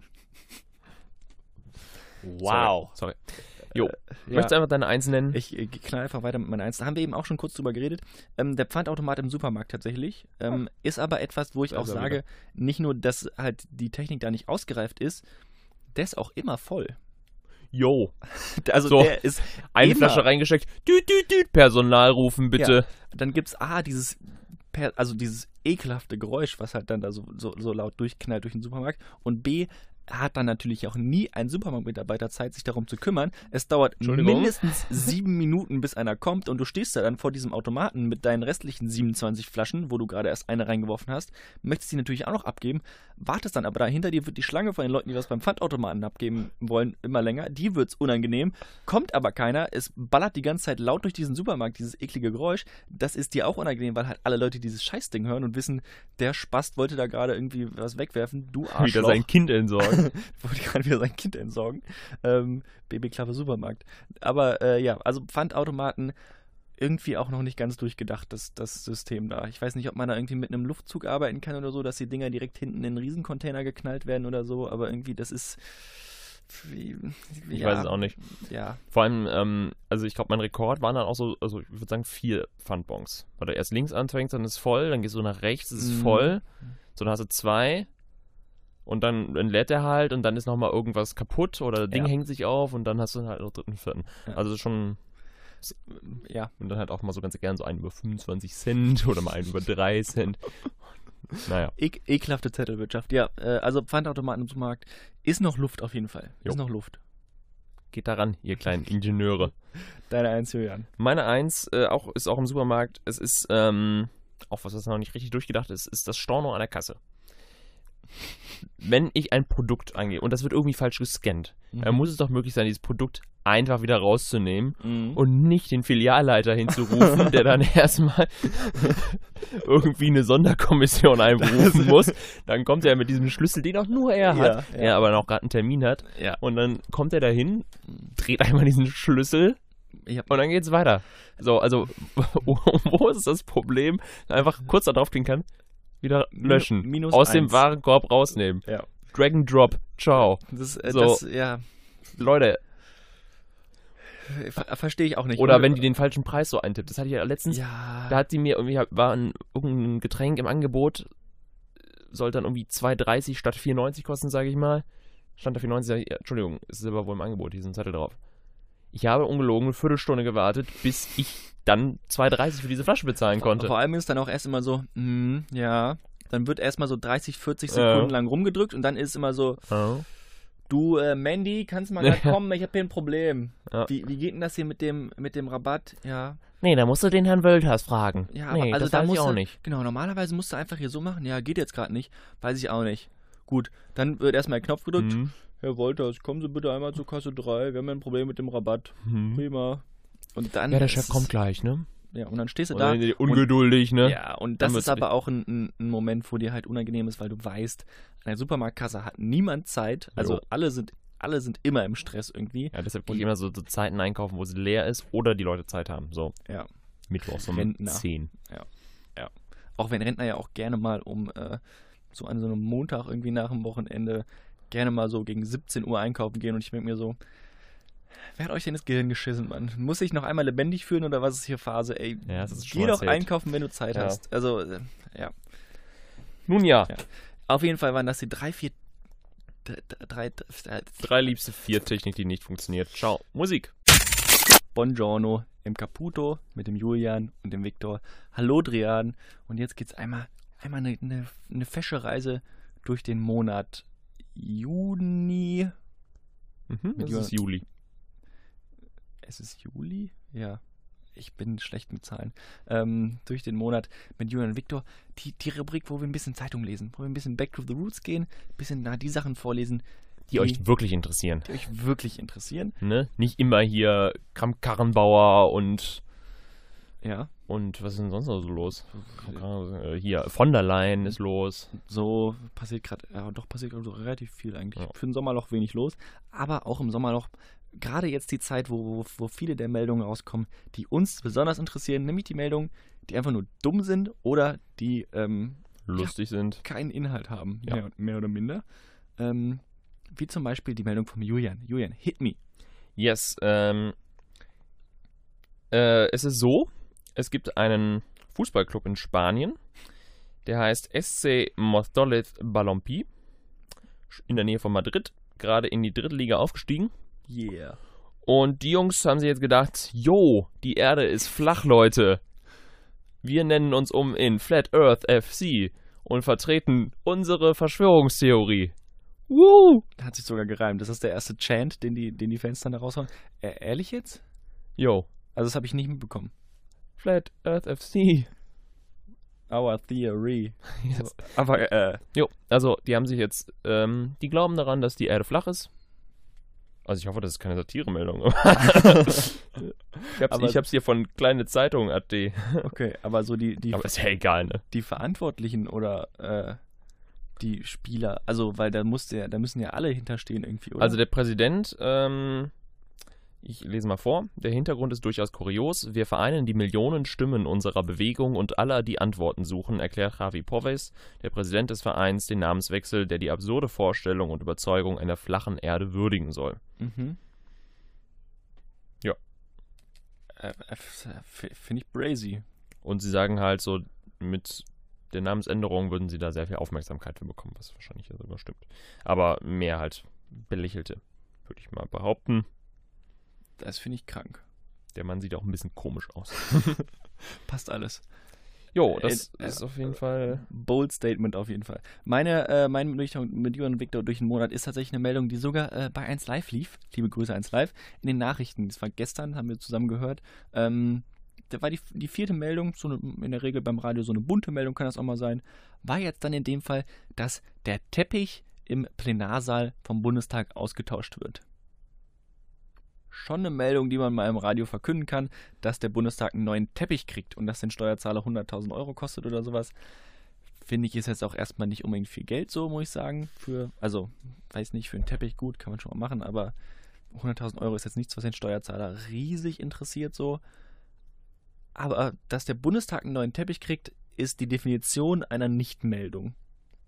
[SPEAKER 3] Wow.
[SPEAKER 2] Sorry. Möchtest du einfach deine 1 nennen?
[SPEAKER 3] Ich knall einfach weiter mit meiner 1. Da haben wir eben auch schon kurz drüber geredet. Der Pfandautomat im Supermarkt tatsächlich ist aber etwas, wo ich auch sage, nicht nur, dass halt die Technik da nicht ausgereift ist, der ist auch immer voll. Also so, der ist
[SPEAKER 2] eine immer. Flasche reingesteckt, Personal rufen bitte.
[SPEAKER 3] Ja. Dann gibt's dieses ekelhafte Geräusch, was halt dann da so laut durchknallt durch den Supermarkt. Und B, hat dann natürlich auch nie ein Supermarktmitarbeiter Zeit, sich darum zu kümmern. Es dauert mindestens 7 Minuten, bis einer kommt und du stehst da dann vor diesem Automaten mit deinen restlichen 27 Flaschen, wo du gerade erst eine reingeworfen hast, möchtest die natürlich auch noch abgeben, wartest dann aber da, hinter dir wird die Schlange von den Leuten, die was beim Pfandautomaten abgeben wollen, immer länger, die wird's unangenehm, kommt aber keiner, es ballert die ganze Zeit laut durch diesen Supermarkt, dieses eklige Geräusch, das ist dir auch unangenehm, weil halt alle Leute dieses Scheißding hören und wissen, der Spast wollte da gerade irgendwie was wegwerfen, du Arschloch.
[SPEAKER 2] Wieder sein Kind entsorgen.
[SPEAKER 3] Wollte gerade wieder sein Kind entsorgen. Babyklappe Supermarkt. Aber also Pfandautomaten irgendwie auch noch nicht ganz durchgedacht, das System da. Ich weiß nicht, ob man da irgendwie mit einem Luftzug arbeiten kann oder so, dass die Dinger direkt hinten in einen Riesencontainer geknallt werden oder so, aber irgendwie das ist...
[SPEAKER 2] Ich weiß es auch nicht.
[SPEAKER 3] Ja.
[SPEAKER 2] Vor allem, also ich glaube, mein Rekord waren dann auch so, also ich würde sagen 4 Pfandbons. Weil du erst links anfängst, dann ist es voll, dann gehst du nach rechts, ist es voll. So, dann hast du 2 und dann lädt er halt und dann ist nochmal irgendwas kaputt oder das Ding hängt sich auf und dann hast du halt noch 3. und 4. Ja. Also schon, und dann halt auch mal so ganz gern so einen über 25 Cent oder mal einen über 3 Cent. Naja.
[SPEAKER 3] Ekelhafte Zettelwirtschaft. Ja, also Pfandautomaten im Supermarkt ist noch Luft auf jeden Fall. Ist noch Luft.
[SPEAKER 2] Geht daran, ihr kleinen Ingenieure.
[SPEAKER 3] Deine 1, Julian.
[SPEAKER 2] Meine 1 ist auch im Supermarkt. Es ist, auch was noch nicht richtig durchgedacht ist das Storno an der Kasse. Wenn ich ein Produkt eingebe und das wird irgendwie falsch gescannt, dann muss es doch möglich sein, dieses Produkt einfach wieder rauszunehmen und nicht den Filialleiter hinzurufen, der dann erstmal irgendwie eine Sonderkommission einberufen muss. Dann kommt er mit diesem Schlüssel, den auch nur er hat, er aber noch gerade einen Termin hat. Ja. Und dann kommt er dahin, dreht einmal diesen Schlüssel und dann geht's weiter. So, also wo ist das Problem? Einfach kurz da draufklicken kann, wieder löschen, aus dem Warenkorb rausnehmen. Ja. Drag and Drop, ciao. Leute.
[SPEAKER 3] Verstehe ich auch nicht.
[SPEAKER 2] Oder wenn die den falschen Preis so eintippt. Das hatte ich ja letztens. Ja. Da hat sie mir irgendwie, war irgendein Getränk im Angebot, sollte dann irgendwie 2,30 statt 4,90 kosten, sage ich mal. Stand da 4,90, Entschuldigung, ist es aber wohl im Angebot, hier ist ein Zettel drauf. Ich habe ungelogen eine Viertelstunde gewartet, bis ich dann 2,30 für diese Flasche bezahlen konnte.
[SPEAKER 3] Vor allem ist dann auch erst immer so, dann wird erstmal so 30, 40 Sekunden lang rumgedrückt und dann ist es immer so, du Mandy, kannst mal grad kommen, ich habe hier ein Problem. Ja. Wie geht denn das hier mit dem Rabatt? Ja.
[SPEAKER 2] Nee, da musst du den Herrn Wölters fragen.
[SPEAKER 3] Ja, aber also das weiß ich auch nicht. Genau, normalerweise musst du einfach hier so machen. Ja, geht jetzt gerade nicht. Weiß ich auch nicht. Gut, dann wird erstmal der Knopf gedrückt. Herr Wolters, kommen Sie bitte einmal zur Kasse 3. Wir haben ein Problem mit dem Rabatt. Prima. Und dann
[SPEAKER 2] der Chef kommt gleich, ne?
[SPEAKER 3] Ja, und dann stehst du da.
[SPEAKER 2] Ungeduldig, ne?
[SPEAKER 3] Ja, und das ist aber auch ein Moment, wo dir halt unangenehm ist, weil du weißt, an der Supermarktkasse hat niemand Zeit. Also alle sind immer im Stress irgendwie.
[SPEAKER 2] Ja, deshalb gehe ich immer so Zeiten einkaufen, wo sie leer ist oder die Leute Zeit haben. So.
[SPEAKER 3] Ja.
[SPEAKER 2] Mittwochs um 10.
[SPEAKER 3] Ja. Auch wenn Rentner ja auch gerne mal so an so einem Montag irgendwie nach dem Wochenende gerne mal so gegen 17 Uhr einkaufen gehen und ich denke mir so, wer hat euch denn das Gehirn geschissen, Mann? Muss ich noch einmal lebendig fühlen oder was ist hier Phase? Ey,
[SPEAKER 2] ja, das ist schon
[SPEAKER 3] geh doch einkaufen, wenn du Zeit hast. Also, ja.
[SPEAKER 2] Nun ja.
[SPEAKER 3] Auf jeden Fall waren das die drei
[SPEAKER 2] liebste 4 Technik, die nicht funktioniert. Ciao. Musik.
[SPEAKER 3] Buongiorno im Caputo mit dem Julian und dem Viktor. Hallo Drian. Und jetzt geht's einmal eine fesche Reise durch den Monat Juni.
[SPEAKER 2] Es ist Juli.
[SPEAKER 3] Es ist Juli? Ja. Ich bin schlecht mit Zahlen. Durch den Monat mit Julian und Viktor. Die Rubrik, wo wir ein bisschen Zeitung lesen, wo wir ein bisschen Back to the Roots gehen, ein bisschen die Sachen vorlesen,
[SPEAKER 2] die euch wirklich interessieren.
[SPEAKER 3] Ne?
[SPEAKER 2] Nicht immer hier Kramp-Karrenbauer und
[SPEAKER 3] ja.
[SPEAKER 2] Und was ist denn sonst noch so los? Hier, von der Leyen ist los.
[SPEAKER 3] So passiert gerade so relativ viel eigentlich. Ja. Für ein Sommerloch wenig los. Aber auch im Sommerloch, gerade jetzt die Zeit, wo viele der Meldungen rauskommen, die uns besonders interessieren, nämlich die Meldungen, die einfach nur dumm sind oder die
[SPEAKER 2] lustig sind.
[SPEAKER 3] Keinen Inhalt haben, mehr oder minder. Wie zum Beispiel die Meldung von Julian. Julian, hit me.
[SPEAKER 2] Yes. Es ist so, es gibt einen Fußballclub in Spanien, der heißt SC Móstoles Balompié, in der Nähe von Madrid, gerade in die 3. Liga aufgestiegen.
[SPEAKER 3] Yeah.
[SPEAKER 2] Und die Jungs haben sich jetzt gedacht, die Erde ist flach, Leute. Wir nennen uns in Flat Earth FC und vertreten unsere Verschwörungstheorie.
[SPEAKER 3] Woo! Hat sich sogar gereimt. Das ist der erste Chant, den die Fans dann da raushauen. Ehrlich jetzt?
[SPEAKER 2] Also
[SPEAKER 3] das habe ich nicht mitbekommen.
[SPEAKER 2] Flat Earth FC.
[SPEAKER 3] Our Theory.
[SPEAKER 2] Yes. So, aber, also die haben sich jetzt, die glauben daran, dass die Erde flach ist. Also ich hoffe, das ist keine Satiremeldung. Ich hab's hier von kleine Zeitung.at.
[SPEAKER 3] Okay, aber so
[SPEAKER 2] aber ist ja egal, ne?
[SPEAKER 3] Die Verantwortlichen oder die Spieler, also weil da müssen ja alle hinterstehen irgendwie, oder?
[SPEAKER 2] Also der Präsident, ich lese mal vor. Der Hintergrund ist durchaus kurios. Wir vereinen die Millionen Stimmen unserer Bewegung und aller, die Antworten suchen, erklärt Javi Poves, der Präsident des Vereins, den Namenswechsel, der die absurde Vorstellung und Überzeugung einer flachen Erde würdigen soll.
[SPEAKER 3] Mhm.
[SPEAKER 2] Ja.
[SPEAKER 3] Finde ich brazy.
[SPEAKER 2] Und sie sagen halt so, mit der Namensänderung würden sie da sehr viel Aufmerksamkeit für bekommen, was wahrscheinlich ja sogar stimmt. Aber mehr halt belächelte, würde ich mal behaupten.
[SPEAKER 3] Das finde ich krank.
[SPEAKER 2] Der Mann sieht auch ein bisschen komisch aus.
[SPEAKER 3] Passt alles.
[SPEAKER 2] Das ist auf jeden Fall...
[SPEAKER 3] Bold Statement auf jeden Fall. Meine Berichtung mit Julian und Viktor durch den Monat ist tatsächlich eine Meldung, die sogar bei 1 Live lief. Liebe Grüße 1 Live. In den Nachrichten, das war gestern, haben wir zusammen gehört. Da war die 4. Meldung, in der Regel beim Radio so eine bunte Meldung kann das auch mal sein, war jetzt dann in dem Fall, dass der Teppich im Plenarsaal vom Bundestag ausgetauscht wird. Schon eine Meldung, die man mal im Radio verkünden kann, dass der Bundestag einen neuen Teppich kriegt und dass den Steuerzahler 100.000 Euro kostet oder sowas. Finde ich, ist jetzt auch erstmal nicht unbedingt viel Geld so, muss ich sagen. Weiß nicht, für einen Teppich gut, kann man schon mal machen, aber 100.000 Euro ist jetzt nichts, was den Steuerzahler riesig interessiert so. Aber dass der Bundestag einen neuen Teppich kriegt, ist die Definition einer Nichtmeldung.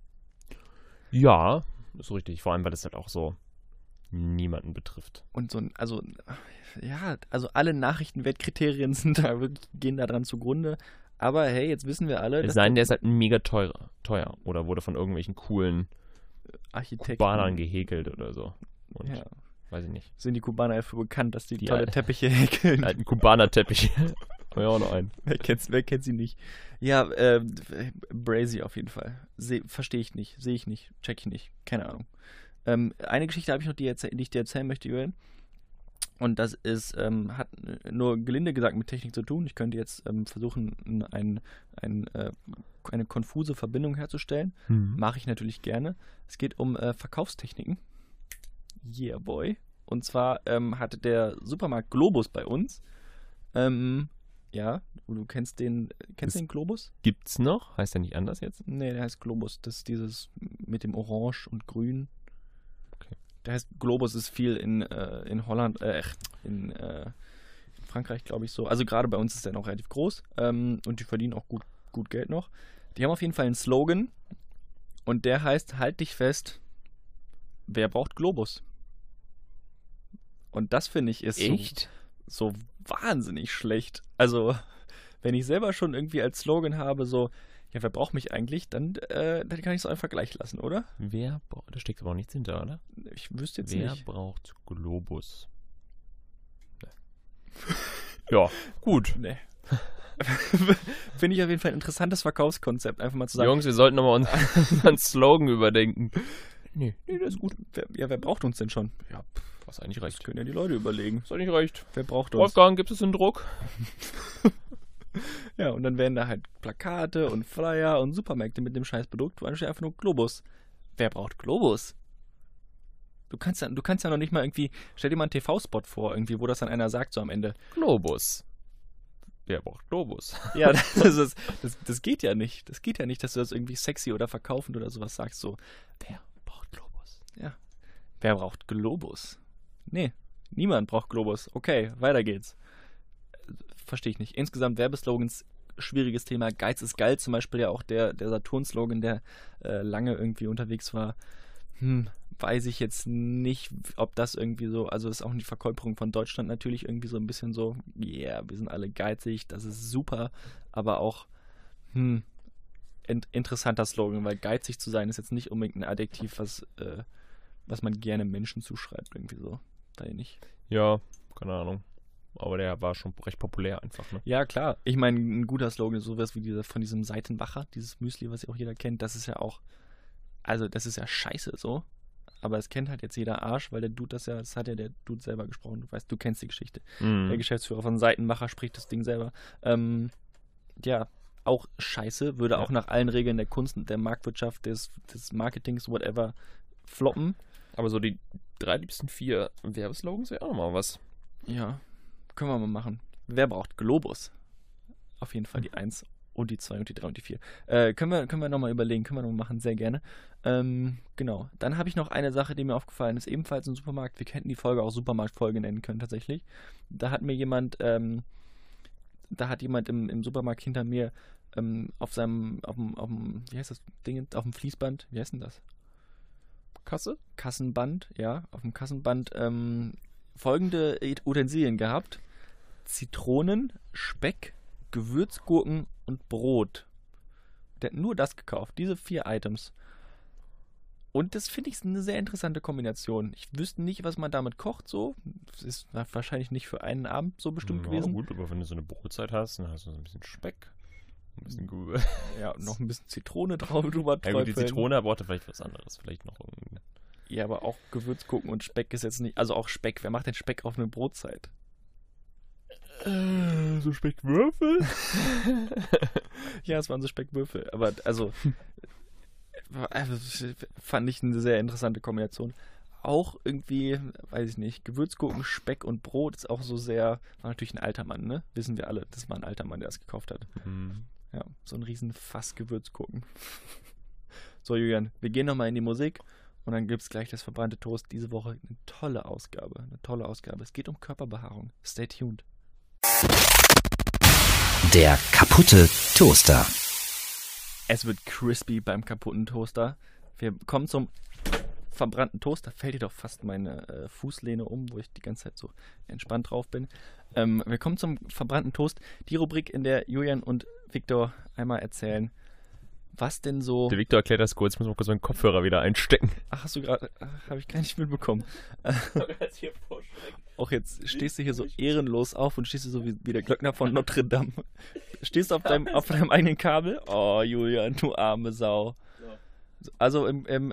[SPEAKER 2] Ja, ist richtig. Vor allem, weil das halt auch so niemanden betrifft.
[SPEAKER 3] Und also alle Nachrichtenwertkriterien gehen da dran zugrunde. Aber hey, jetzt wissen wir alle.
[SPEAKER 2] Es sei denn, der ist halt mega teuer. Oder wurde von irgendwelchen coolen
[SPEAKER 3] Architekten
[SPEAKER 2] Kubanern gehäkelt oder so. Und
[SPEAKER 3] ja.
[SPEAKER 2] Weiß ich nicht.
[SPEAKER 3] Sind die Kubaner dafür bekannt, dass die tolle Teppiche häkeln?
[SPEAKER 2] Alten Kubaner-Teppiche. Ja, auch noch einen.
[SPEAKER 3] Wer kennt sie nicht? Ja, Brazy auf jeden Fall. Verstehe ich nicht, sehe ich nicht, check ich nicht, keine Ahnung. Eine Geschichte habe ich noch, die ich dir erzählen möchte, Julian. Und das ist, hat nur gelinde gesagt mit Technik zu tun. Ich könnte jetzt versuchen, eine konfuse Verbindung herzustellen. Mache ich natürlich gerne. Es geht um Verkaufstechniken. Yeah, boy. Und zwar hatte der Supermarkt Globus bei uns. Ja, du kennst den Globus?
[SPEAKER 2] Gibt's noch? Heißt der nicht anders jetzt?
[SPEAKER 3] Nee, der heißt Globus. Das ist dieses mit dem Orange und Grün.
[SPEAKER 2] Okay.
[SPEAKER 3] Der heißt Globus, ist viel in Holland, in Frankreich, glaube ich, so. Also gerade bei uns ist der noch relativ groß und die verdienen auch gut Geld noch. Die haben auf jeden Fall einen Slogan und der heißt, halt dich fest, wer braucht Globus? Und das finde ich ist so wahnsinnig schlecht. Also, wenn ich selber schon irgendwie als Slogan habe, so, ja, wer braucht mich eigentlich, dann kann ich es einfach gleich lassen, oder?
[SPEAKER 2] Da steckt aber auch nichts hinter, oder?
[SPEAKER 3] Ich wüsste jetzt
[SPEAKER 2] Wer
[SPEAKER 3] nicht.
[SPEAKER 2] braucht Globus? Nee. Ja, gut.
[SPEAKER 3] Nee. Finde ich auf jeden Fall ein interessantes Verkaufskonzept, einfach mal zu sagen.
[SPEAKER 2] Jungs, wir sollten nochmal unseren Slogan überdenken. Nee,
[SPEAKER 3] das ist gut. Wer braucht uns denn schon? Ja,
[SPEAKER 2] was eigentlich reicht.
[SPEAKER 3] Das können ja die Leute überlegen.
[SPEAKER 2] Was eigentlich reicht.
[SPEAKER 3] Wer braucht uns?
[SPEAKER 2] Wolfgang, gibt es einen Druck?
[SPEAKER 3] Ja, und dann werden da halt Plakate und Flyer und Supermärkte mit dem scheiß Produkt. Wo steht einfach nur Globus. Wer braucht Globus? Du kannst ja noch nicht mal irgendwie, stell dir mal einen TV-Spot vor, irgendwie, wo das dann einer sagt so am Ende.
[SPEAKER 2] Globus. Wer braucht Globus?
[SPEAKER 3] Ja, das geht ja nicht. Das geht ja nicht, dass du das irgendwie sexy oder verkaufend oder sowas sagst. So, wer braucht Globus? Ja. Wer braucht Globus? Nee, niemand braucht Globus. Okay, weiter geht's. Verstehe ich nicht. Insgesamt Werbeslogans, schwieriges Thema. Geiz ist geil, zum Beispiel ja auch der Saturn-Slogan, der lange irgendwie unterwegs war. Weiß ich jetzt nicht, ob das irgendwie so, also ist auch die Verkörperung von Deutschland natürlich irgendwie so ein bisschen so, yeah, wir sind alle geizig, das ist super, aber auch interessanter Slogan, weil geizig zu sein ist jetzt nicht unbedingt ein Adjektiv, was man gerne Menschen zuschreibt, irgendwie so. Da nicht.
[SPEAKER 2] Ja, keine Ahnung. Aber der war schon recht populär einfach, ne?
[SPEAKER 3] Ja, klar. Ich meine, ein guter Slogan ist sowas wie dieser von diesem Seitenbacher, dieses Müsli, was ja auch jeder kennt, das ist ja auch, also das ist ja scheiße so. Aber es kennt halt jetzt jeder Arsch, weil der Dude das hat ja der Dude selber gesprochen. Du weißt, du kennst die Geschichte. Der Geschäftsführer von Seitenbacher spricht das Ding selber. Ja, auch scheiße, würde auch nach allen Regeln der Kunst und der Marktwirtschaft, des Marketings, whatever, floppen.
[SPEAKER 2] Aber so die 3 liebsten 4 Werbeslogans wäre auch nochmal was.
[SPEAKER 3] Ja, können wir mal machen. Wer braucht Globus? Auf jeden Fall die 1 und die 2 und die 3 und die 4. Können wir nochmal überlegen, können wir nochmal machen, sehr gerne. Genau. Dann habe ich noch eine Sache, die mir aufgefallen ist, ebenfalls im Supermarkt. Wir hätten die Folge auch Supermarktfolge nennen können, tatsächlich. Da hat mir jemand, im Supermarkt hinter mir auf dem, wie heißt das Ding, auf dem Fließband, wie heißt denn das? Kassenband, ja, auf dem Kassenband folgende Utensilien gehabt. Zitronen, Speck, Gewürzgurken und Brot. Der hat nur das gekauft, diese 4 Items. Und das finde ich eine sehr interessante Kombination. Ich wüsste nicht, was man damit kocht, so. Das ist wahrscheinlich nicht für einen Abend so bestimmt gewesen.
[SPEAKER 2] Gut, aber wenn du so eine Brotzeit hast, dann hast du so ein bisschen Speck, ein bisschen
[SPEAKER 3] ja, noch ein bisschen Zitrone drüber träufeln.
[SPEAKER 2] Ja gut, die Zitrone brauchte vielleicht was anderes, vielleicht noch irgendwie.
[SPEAKER 3] Ja, aber auch Gewürzgurken und Speck ist jetzt nicht, also auch Speck, wer macht denn Speck auf eine Brotzeit?
[SPEAKER 2] So Speckwürfel?
[SPEAKER 3] Ja, es waren so Speckwürfel, aber also fand ich eine sehr interessante Kombination. Auch irgendwie, weiß ich nicht, Gewürzgurken, Speck und Brot ist auch so sehr, war natürlich ein alter Mann, ne? Wissen wir alle, das war ein alter Mann, der das gekauft hat. Ja, so ein riesen Fass Gewürzgurken. So, Julian, wir gehen nochmal in die Musik und dann gibt es gleich das verbrannte Toast. Diese Woche eine tolle Ausgabe. Es geht um Körperbehaarung. Stay tuned.
[SPEAKER 1] Der kaputte Toaster.
[SPEAKER 3] Es wird crispy beim kaputten Toaster. Wir kommen zum verbrannten Toast. Da fällt dir doch fast meine Fußlehne um, wo ich die ganze Zeit so entspannt drauf bin. Wir kommen zum verbrannten Toast. Die Rubrik, in der Julian und Viktor einmal erzählen, was denn so...
[SPEAKER 2] Der Victor erklärt das kurz, ich muss mal kurz meinen Kopfhörer wieder einstecken.
[SPEAKER 3] Ach, hast du gerade... Habe ich gar nicht mitbekommen. Auch jetzt stehst du hier so ehrenlos auf und stehst du so wie der Glöckner von Notre Dame. Stehst du auf deinem eigenen Kabel? Oh, Julian, du arme Sau. Also beim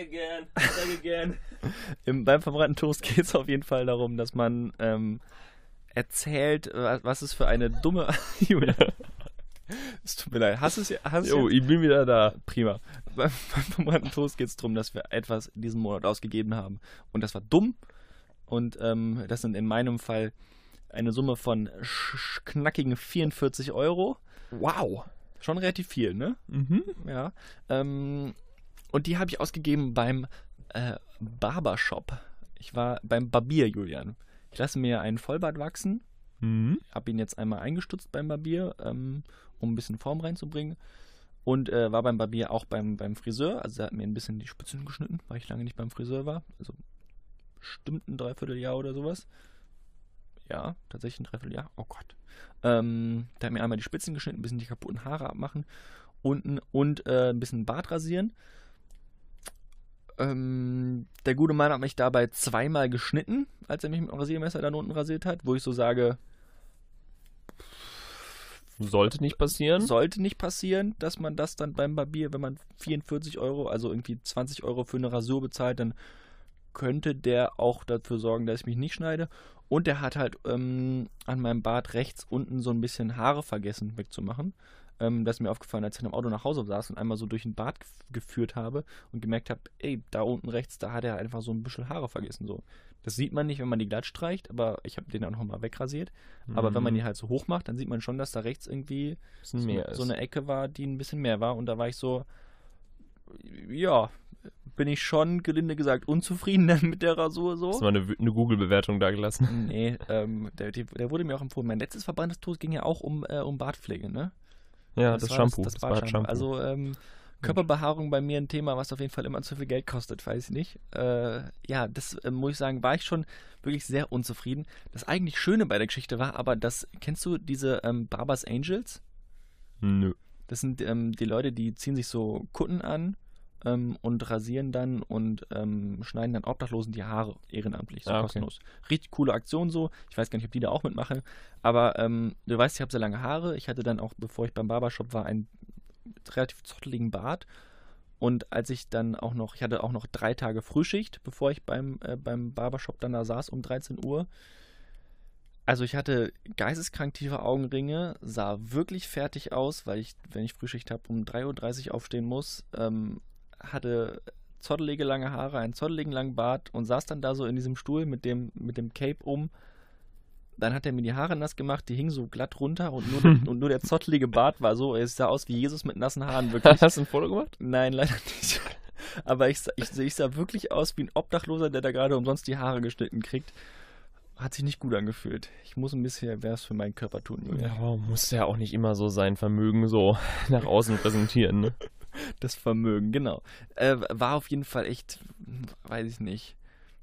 [SPEAKER 3] verbrannten Toast geht es auf jeden Fall darum, dass man erzählt, was es für eine dumme... Julian, es tut mir leid.
[SPEAKER 2] Ich bin wieder da.
[SPEAKER 3] Prima. Beim verbrannten Toast geht es darum, dass wir etwas diesen Monat ausgegeben haben. Und das war dumm. Und das sind in meinem Fall eine Summe von knackigen 44 €.
[SPEAKER 2] Wow.
[SPEAKER 3] Schon relativ viel, ne?
[SPEAKER 2] Mhm.
[SPEAKER 3] Ja. Und die habe ich ausgegeben beim Barbershop. Ich war beim Barbier, Julian. Ich lasse mir einen Vollbart wachsen.
[SPEAKER 2] Mhm.
[SPEAKER 3] Habe ihn jetzt einmal eingestutzt beim Barbier, um ein bisschen Form reinzubringen. Und war beim Barbier auch beim Friseur. Also er hat mir ein bisschen die Spitzen geschnitten, weil ich lange nicht beim Friseur war. Also bestimmt ein Dreivierteljahr oder sowas. Ja, tatsächlich ein Dreivierteljahr. Oh Gott. Der hat mir einmal die Spitzen geschnitten, ein bisschen die kaputten Haare abmachen und ein bisschen Bart rasieren. Der gute Mann hat mich dabei zweimal geschnitten, als er mich mit dem Rasiermesser da unten rasiert hat, wo ich so sage...
[SPEAKER 2] Sollte nicht passieren.
[SPEAKER 3] Sollte nicht passieren, dass man das dann beim Barbier, wenn man 44 €, also irgendwie 20 € für eine Rasur bezahlt, dann könnte der auch dafür sorgen, dass ich mich nicht schneide. Und der hat halt an meinem Bart rechts unten so ein bisschen Haare vergessen wegzumachen. Das ist mir aufgefallen, als ich im Auto nach Hause saß und einmal so durch den Bart geführt habe und gemerkt habe, ey, da unten rechts, da hat er einfach so ein bisschen Haare vergessen. So. Das sieht man nicht, wenn man die glatt streicht, aber ich habe den auch nochmal wegrasiert. Aber wenn man die halt so hoch macht, dann sieht man schon, dass da rechts irgendwie so eine Ecke war, die ein bisschen mehr war. Und da war ich so, ja, bin ich schon, gelinde gesagt, unzufrieden mit der Rasur so.
[SPEAKER 2] Hast du mal eine Google-Bewertung da gelassen?
[SPEAKER 3] Nee, der wurde mir auch empfohlen. Mein letztes verbranntes Toast ging ja auch um Bartpflege, ne?
[SPEAKER 2] Ja, das Shampoo.
[SPEAKER 3] Das Bartshampoo. Also Körperbehaarung bei mir ein Thema, was auf jeden Fall immer zu viel Geld kostet, weiß ich nicht. Ja, das muss ich sagen, war ich schon wirklich sehr unzufrieden. Das eigentlich Schöne bei der Geschichte war aber, kennst du diese Barbers Angels?
[SPEAKER 2] Nö.
[SPEAKER 3] Das sind die Leute, die ziehen sich so Kutten an und rasieren dann und schneiden dann Obdachlosen die Haare ehrenamtlich, so kostenlos. Richtig coole Aktion so. Ich weiß gar nicht, ob die da auch mitmachen. Aber du weißt, ich habe sehr lange Haare. Ich hatte dann auch, bevor ich beim Barbershop war, einen relativ zotteligen Bart. Und als ich dann ich hatte auch noch 3 Tage Frühschicht, bevor ich beim Barbershop dann da saß um 13 Uhr. Also ich hatte geisteskrank tiefe Augenringe, sah wirklich fertig aus, weil ich, wenn ich Frühschicht habe, um 3:30 Uhr aufstehen muss, hatte zottelige lange Haare, einen zotteligen langen Bart und saß dann da so in diesem Stuhl mit dem Cape um. Dann hat er mir die Haare nass gemacht, die hingen so glatt runter und nur der zottelige Bart war so, es sah aus wie Jesus mit nassen Haaren, wirklich.
[SPEAKER 2] Hast du ein Foto gemacht?
[SPEAKER 3] Nein, leider nicht. Aber ich sah wirklich aus wie ein Obdachloser, der da gerade umsonst die Haare geschnitten kriegt. Hat sich nicht gut angefühlt. Ich muss ein bisschen was für meinen Körper tun.
[SPEAKER 2] Ja, muss ja auch nicht immer so sein Vermögen so nach außen präsentieren, ne?
[SPEAKER 3] Das Vermögen, genau. War auf jeden Fall echt, weiß ich nicht.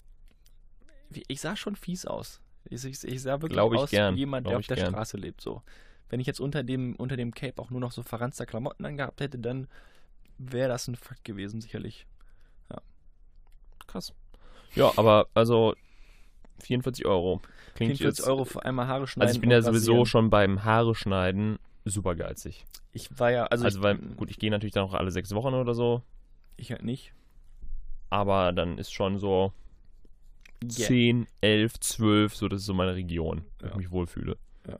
[SPEAKER 3] Ich sah schon fies aus. Ich sah wirklich aus wie jemand, der auf der Straße lebt. So. Wenn ich jetzt unter dem Cape auch nur noch so verranzter Klamotten angehabt hätte, dann wäre das ein Fakt gewesen, sicherlich. Ja.
[SPEAKER 2] Krass. Ja, aber also 44 €.
[SPEAKER 3] Klingt 44 € für einmal Haare schneiden.
[SPEAKER 2] Also ich bin ja sowieso schon beim Haare schneiden super geizig.
[SPEAKER 3] Ich war ja,
[SPEAKER 2] gut, ich gehe natürlich dann auch alle 6 Wochen oder so.
[SPEAKER 3] Ich halt nicht.
[SPEAKER 2] Aber dann ist schon so 10, 11, 12, so das ist so meine Region, wo ich mich wohlfühle.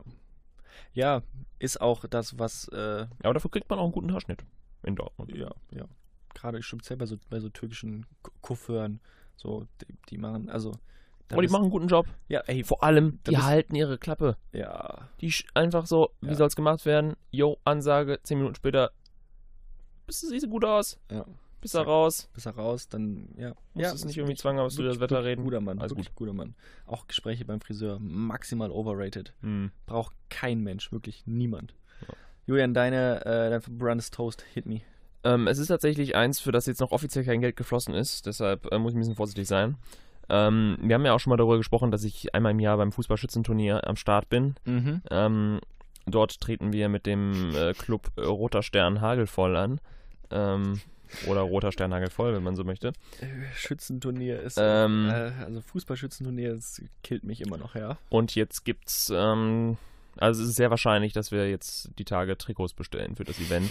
[SPEAKER 3] Ja, ist auch das, was...
[SPEAKER 2] Ja, aber dafür kriegt man auch einen guten Haarschnitt in Dortmund.
[SPEAKER 3] Ja. Gerade speziell bei so türkischen Coiffeuren, so, die machen, also...
[SPEAKER 2] Aber die machen einen guten Job.
[SPEAKER 3] Ja, ey.
[SPEAKER 2] Vor allem, die halten ihre Klappe.
[SPEAKER 3] Ja.
[SPEAKER 2] Die einfach so, wie soll es gemacht werden? Jo, Ansage, 10 Minuten später, siehst du gut aus.
[SPEAKER 3] Ja.
[SPEAKER 2] Bist da raus.
[SPEAKER 3] Dann, ja.
[SPEAKER 2] Muss es nicht irgendwie zwanghaft über das Wetter reden.
[SPEAKER 3] Guter Mann, alles gut. Guter Mann. Auch Gespräche beim Friseur, maximal overrated. Braucht kein Mensch, wirklich niemand. Ja. Julian, dein verbranntes Toast, hit me.
[SPEAKER 2] Es ist tatsächlich eins, für das jetzt noch offiziell kein Geld geflossen ist, deshalb muss ich ein bisschen vorsichtig sein. Wir haben ja auch schon mal darüber gesprochen, dass ich einmal im Jahr beim Fußballschützenturnier am Start bin. Dort treten wir mit dem Club Roter Stern Hagelvoll an. Oder roter Sternhagel voll, wenn man so möchte.
[SPEAKER 3] Schützenturnier ist, also Fußballschützenturnier, das killt mich immer noch, ja.
[SPEAKER 2] Und jetzt gibt's, also es ist sehr wahrscheinlich, dass wir jetzt die Tage Trikots bestellen für das Event.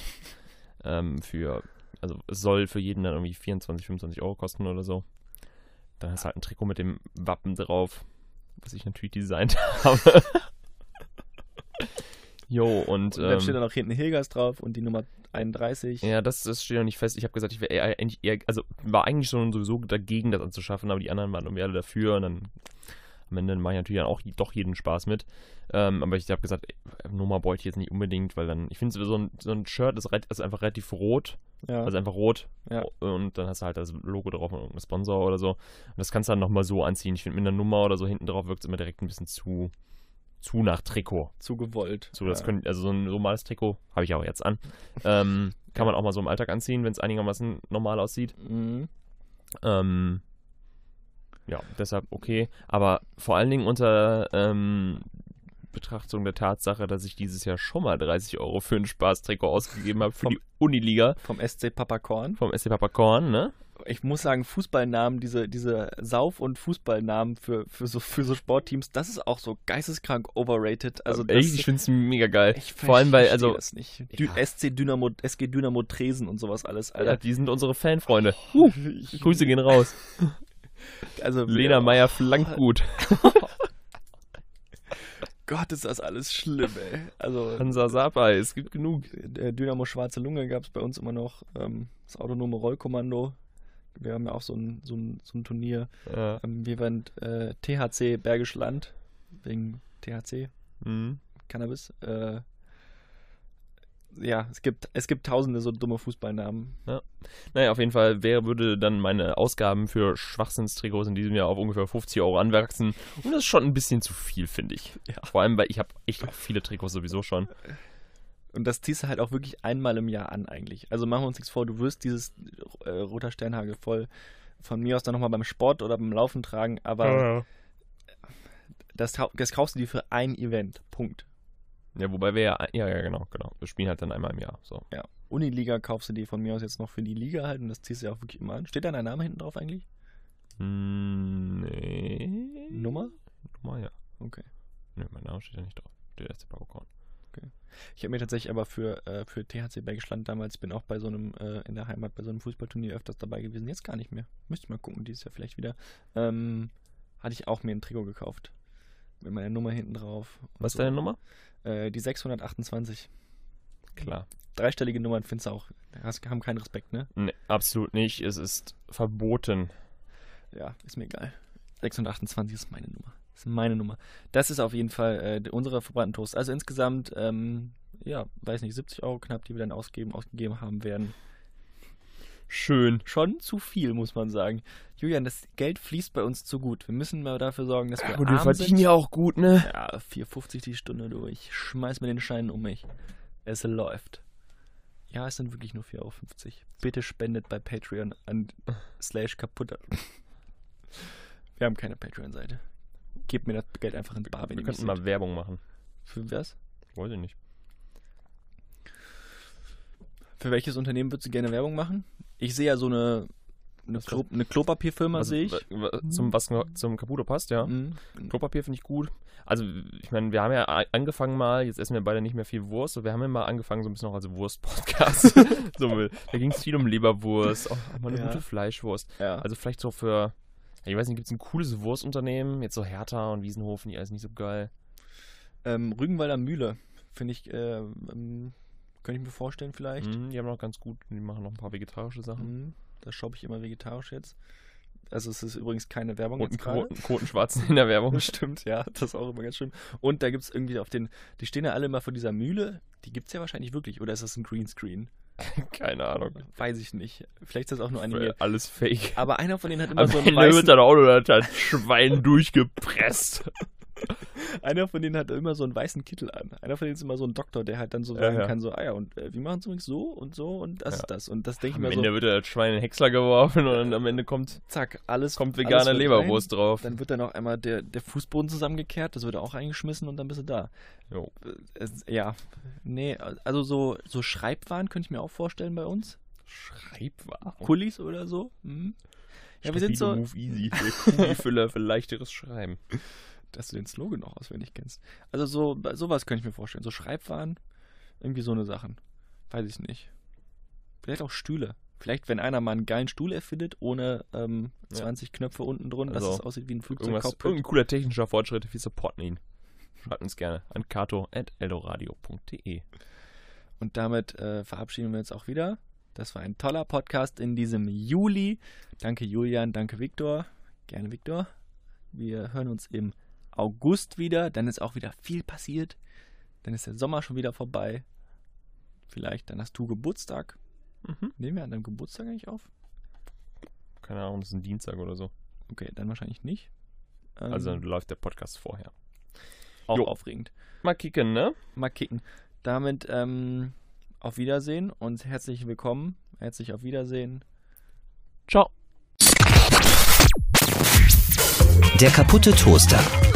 [SPEAKER 2] Also es soll für jeden dann irgendwie 24, 25 Euro kosten oder so. Dann hast du halt ein Trikot mit dem Wappen drauf, was ich natürlich designt habe. Jo, und
[SPEAKER 3] dann steht da noch hinten Hilgers drauf und die Nummer 31.
[SPEAKER 2] Ja, das steht noch nicht fest. Ich habe gesagt, ich wäre eigentlich eher, also war eigentlich schon sowieso dagegen, das anzuschaffen, aber die anderen waren irgendwie alle dafür und dann am Ende mache ich natürlich dann auch doch jeden Spaß mit. Aber ich habe gesagt, Nummer wollte ich jetzt nicht unbedingt, weil dann, ich finde so ein Shirt ist einfach relativ rot. Ja. Also einfach rot. Ja. Und dann hast du halt das Logo drauf und irgendein Sponsor oder so. Und das kannst du dann nochmal so anziehen. Ich finde, mit einer Nummer oder so hinten drauf wirkt es immer direkt ein bisschen zu nach Trikot.
[SPEAKER 3] Zu gewollt.
[SPEAKER 2] Also so ein normales Trikot habe ich auch jetzt an. Kann man auch mal so im Alltag anziehen, wenn es einigermaßen normal aussieht.
[SPEAKER 3] Mhm.
[SPEAKER 2] Ja, deshalb okay. Aber vor allen Dingen unter Betrachtung der Tatsache, dass ich dieses Jahr schon mal 30 Euro für ein Spaßtrikot ausgegeben habe für die Uniliga.
[SPEAKER 3] Vom SC Papakorn.
[SPEAKER 2] Vom SC Papakorn, ne?
[SPEAKER 3] Ich muss sagen, Fußballnamen, diese Sauf- und Fußballnamen für so Sportteams, das ist auch so geisteskrank overrated. Also
[SPEAKER 2] ich finde es mega geil. Vor allem, weil, also
[SPEAKER 3] das nicht. Ja. SG Dynamo Dresden und sowas alles, Alter.
[SPEAKER 2] Ja, die sind unsere Fanfreunde. Grüße gehen raus.
[SPEAKER 3] Also
[SPEAKER 2] Lena Meyer flankt gut.
[SPEAKER 3] Gott, ist das alles schlimm, ey. Also
[SPEAKER 2] Hansa Sapai, es gibt genug.
[SPEAKER 3] Der Dynamo Schwarze Lunge gab es bei uns immer noch. Das autonome Rollkommando. Wir haben ja auch so ein Turnier.
[SPEAKER 2] Ja.
[SPEAKER 3] Wir waren THC Bergisch Land, wegen THC, Cannabis. Ja, es gibt tausende so dumme Fußballnamen.
[SPEAKER 2] Ja. Naja, auf jeden Fall würde dann meine Ausgaben für Schwachsinnstrikots in diesem Jahr auf ungefähr 50 Euro anwachsen. Und das ist schon ein bisschen zu viel, finde ich. Ja. Vor allem, weil ich habe echt auch viele Trikots sowieso schon.
[SPEAKER 3] Und das ziehst du halt auch wirklich einmal im Jahr an eigentlich. Also machen wir uns nichts vor, du wirst dieses roter Sternhagel voll von mir aus dann nochmal beim Sport oder beim Laufen tragen, aber das kaufst du dir für ein Event. Punkt.
[SPEAKER 2] Ja, wobei wir ja, genau. Wir spielen halt dann einmal im Jahr. So.
[SPEAKER 3] Ja, Uniliga kaufst du dir von mir aus jetzt noch für die Liga halt und das ziehst du ja auch wirklich immer an. Steht da dein Name hinten drauf eigentlich?
[SPEAKER 2] Nee.
[SPEAKER 3] Nummer?
[SPEAKER 2] Nummer, ja.
[SPEAKER 3] Okay.
[SPEAKER 2] Nee, mein Name steht ja nicht drauf. Der SC Papakorn.
[SPEAKER 3] Okay. Ich habe mir tatsächlich aber für THC Bergisch Land damals, ich bin auch bei so einem, in der Heimat bei so einem Fußballturnier öfters dabei gewesen, jetzt gar nicht mehr. Müsste ich mal gucken, dieses Jahr vielleicht wieder. Hatte ich auch mir ein Trikot gekauft. Mit meiner Nummer hinten drauf.
[SPEAKER 2] Was ist deine Nummer?
[SPEAKER 3] Die 628.
[SPEAKER 2] Klar.
[SPEAKER 3] Dreistellige Nummern findest du auch. Haben keinen Respekt, ne?
[SPEAKER 2] Nee, absolut nicht. Es ist verboten.
[SPEAKER 3] Ja, ist mir egal. 628 ist meine Nummer. Das ist auf jeden Fall unsere verbrannten Toast. Also insgesamt, weiß nicht, 70 Euro knapp, die wir dann ausgegeben haben werden.
[SPEAKER 2] Schön.
[SPEAKER 3] Schon zu viel, muss man sagen. Julian, das Geld fließt bei uns zu gut. Wir müssen mal dafür sorgen, dass wir
[SPEAKER 2] arm sind. Wir verdienen ja auch gut, ne?
[SPEAKER 3] Ja, 4,50 die Stunde durch. Schmeiß mir den Schein um mich. Es läuft. Ja, es sind wirklich nur 4,50 Euro. Bitte spendet bei Patreon an /kaputter. Wir haben keine Patreon-Seite. Gebt mir das Geld einfach in bar, wenn ihr
[SPEAKER 2] Wir könnten mal Werbung machen.
[SPEAKER 3] Für was?
[SPEAKER 2] Weiß ich nicht.
[SPEAKER 3] Für welches Unternehmen würdest du gerne Werbung machen? Ich sehe ja so eine Klopapierfirma, sehe ich.
[SPEAKER 2] Zum Caputo passt, ja. Klopapier finde ich gut. Also, ich meine, wir haben ja angefangen mal, jetzt essen wir beide nicht mehr viel Wurst, aber wir haben ja mal angefangen so ein bisschen auch als Wurst-Podcast. Da ging es viel um Leberwurst, auch mal eine gute Fleischwurst. Ja. Also vielleicht so für, ich weiß nicht, gibt es ein cooles Wurstunternehmen? Jetzt so Hertha und Wiesenhofen, die alles nicht so geil.
[SPEAKER 3] Rügenwalder Mühle, finde ich, könnte ich mir vorstellen vielleicht.
[SPEAKER 2] Die haben noch ganz gut, die machen noch ein paar vegetarische Sachen.
[SPEAKER 3] Da shoppe ich immer vegetarisch jetzt. Also es ist übrigens keine Werbung.
[SPEAKER 2] Und einen Quotenschwarzen in der Werbung.
[SPEAKER 3] Stimmt, ja, das ist auch immer ganz schön. Und da gibt es irgendwie die stehen ja alle immer vor dieser Mühle, die gibt es ja wahrscheinlich wirklich, oder ist das ein Greenscreen?
[SPEAKER 2] Keine Ahnung.
[SPEAKER 3] Weiß ich nicht. Vielleicht ist das auch nur animiert.
[SPEAKER 2] Alles fake.
[SPEAKER 3] Aber einer von denen hat immer so einen
[SPEAKER 2] weißen... wird dann auch nur das Schwein durchgepresst.
[SPEAKER 3] Einer von denen hat immer so einen weißen Kittel an. Einer von denen ist immer so ein Doktor, der halt dann so sagen kann, so, und wir machen es übrigens so und das ist das. Und das denke ich mir so. Am
[SPEAKER 2] Ende wird das Schwein in den Häcksler geworfen und am Ende kommt vegane Leberwurst drauf.
[SPEAKER 3] Dann wird dann auch einmal der Fußboden zusammengekehrt, das wird auch eingeschmissen und dann bist du da.
[SPEAKER 2] Jo.
[SPEAKER 3] Ja, nee, also so Schreibwaren könnte ich mir auch vorstellen bei uns.
[SPEAKER 2] Schreibwaren.
[SPEAKER 3] Kulis oder so. Ja, wir sind so...
[SPEAKER 2] Move Easy, der Kugelfüller für leichteres Schreiben.
[SPEAKER 3] Dass du den Slogan noch auswendig kennst. Also sowas könnte ich mir vorstellen. So Schreibwaren, irgendwie so eine Sachen. Weiß ich nicht. Vielleicht auch Stühle. Vielleicht, wenn einer mal einen geilen Stuhl erfindet, ohne 20 Knöpfe unten drunter, dass es aussieht wie ein Flugzeugcockpit.
[SPEAKER 2] Irgendein cooler technischer Fortschritt, wir supporten ihn. Schreibt uns gerne an kato@eldoradio.de.
[SPEAKER 3] Und damit verabschieden wir uns auch wieder. Das war ein toller Podcast in diesem Juli. Danke Julian, danke Viktor. Gerne Viktor. Wir hören uns im August wieder. Dann ist auch wieder viel passiert. Dann ist der Sommer schon wieder vorbei. Vielleicht, dann hast du Geburtstag. Nehmen wir an deinem Geburtstag eigentlich auf?
[SPEAKER 2] Keine Ahnung, das ist ein Dienstag oder so.
[SPEAKER 3] Okay, dann wahrscheinlich nicht.
[SPEAKER 2] Also dann läuft der Podcast vorher.
[SPEAKER 3] Auch aufregend.
[SPEAKER 2] Mal kicken, ne?
[SPEAKER 3] Mal kicken. Damit auf Wiedersehen und herzlich willkommen. Herzlich auf Wiedersehen.
[SPEAKER 2] Ciao.
[SPEAKER 1] Der kaputte Toaster.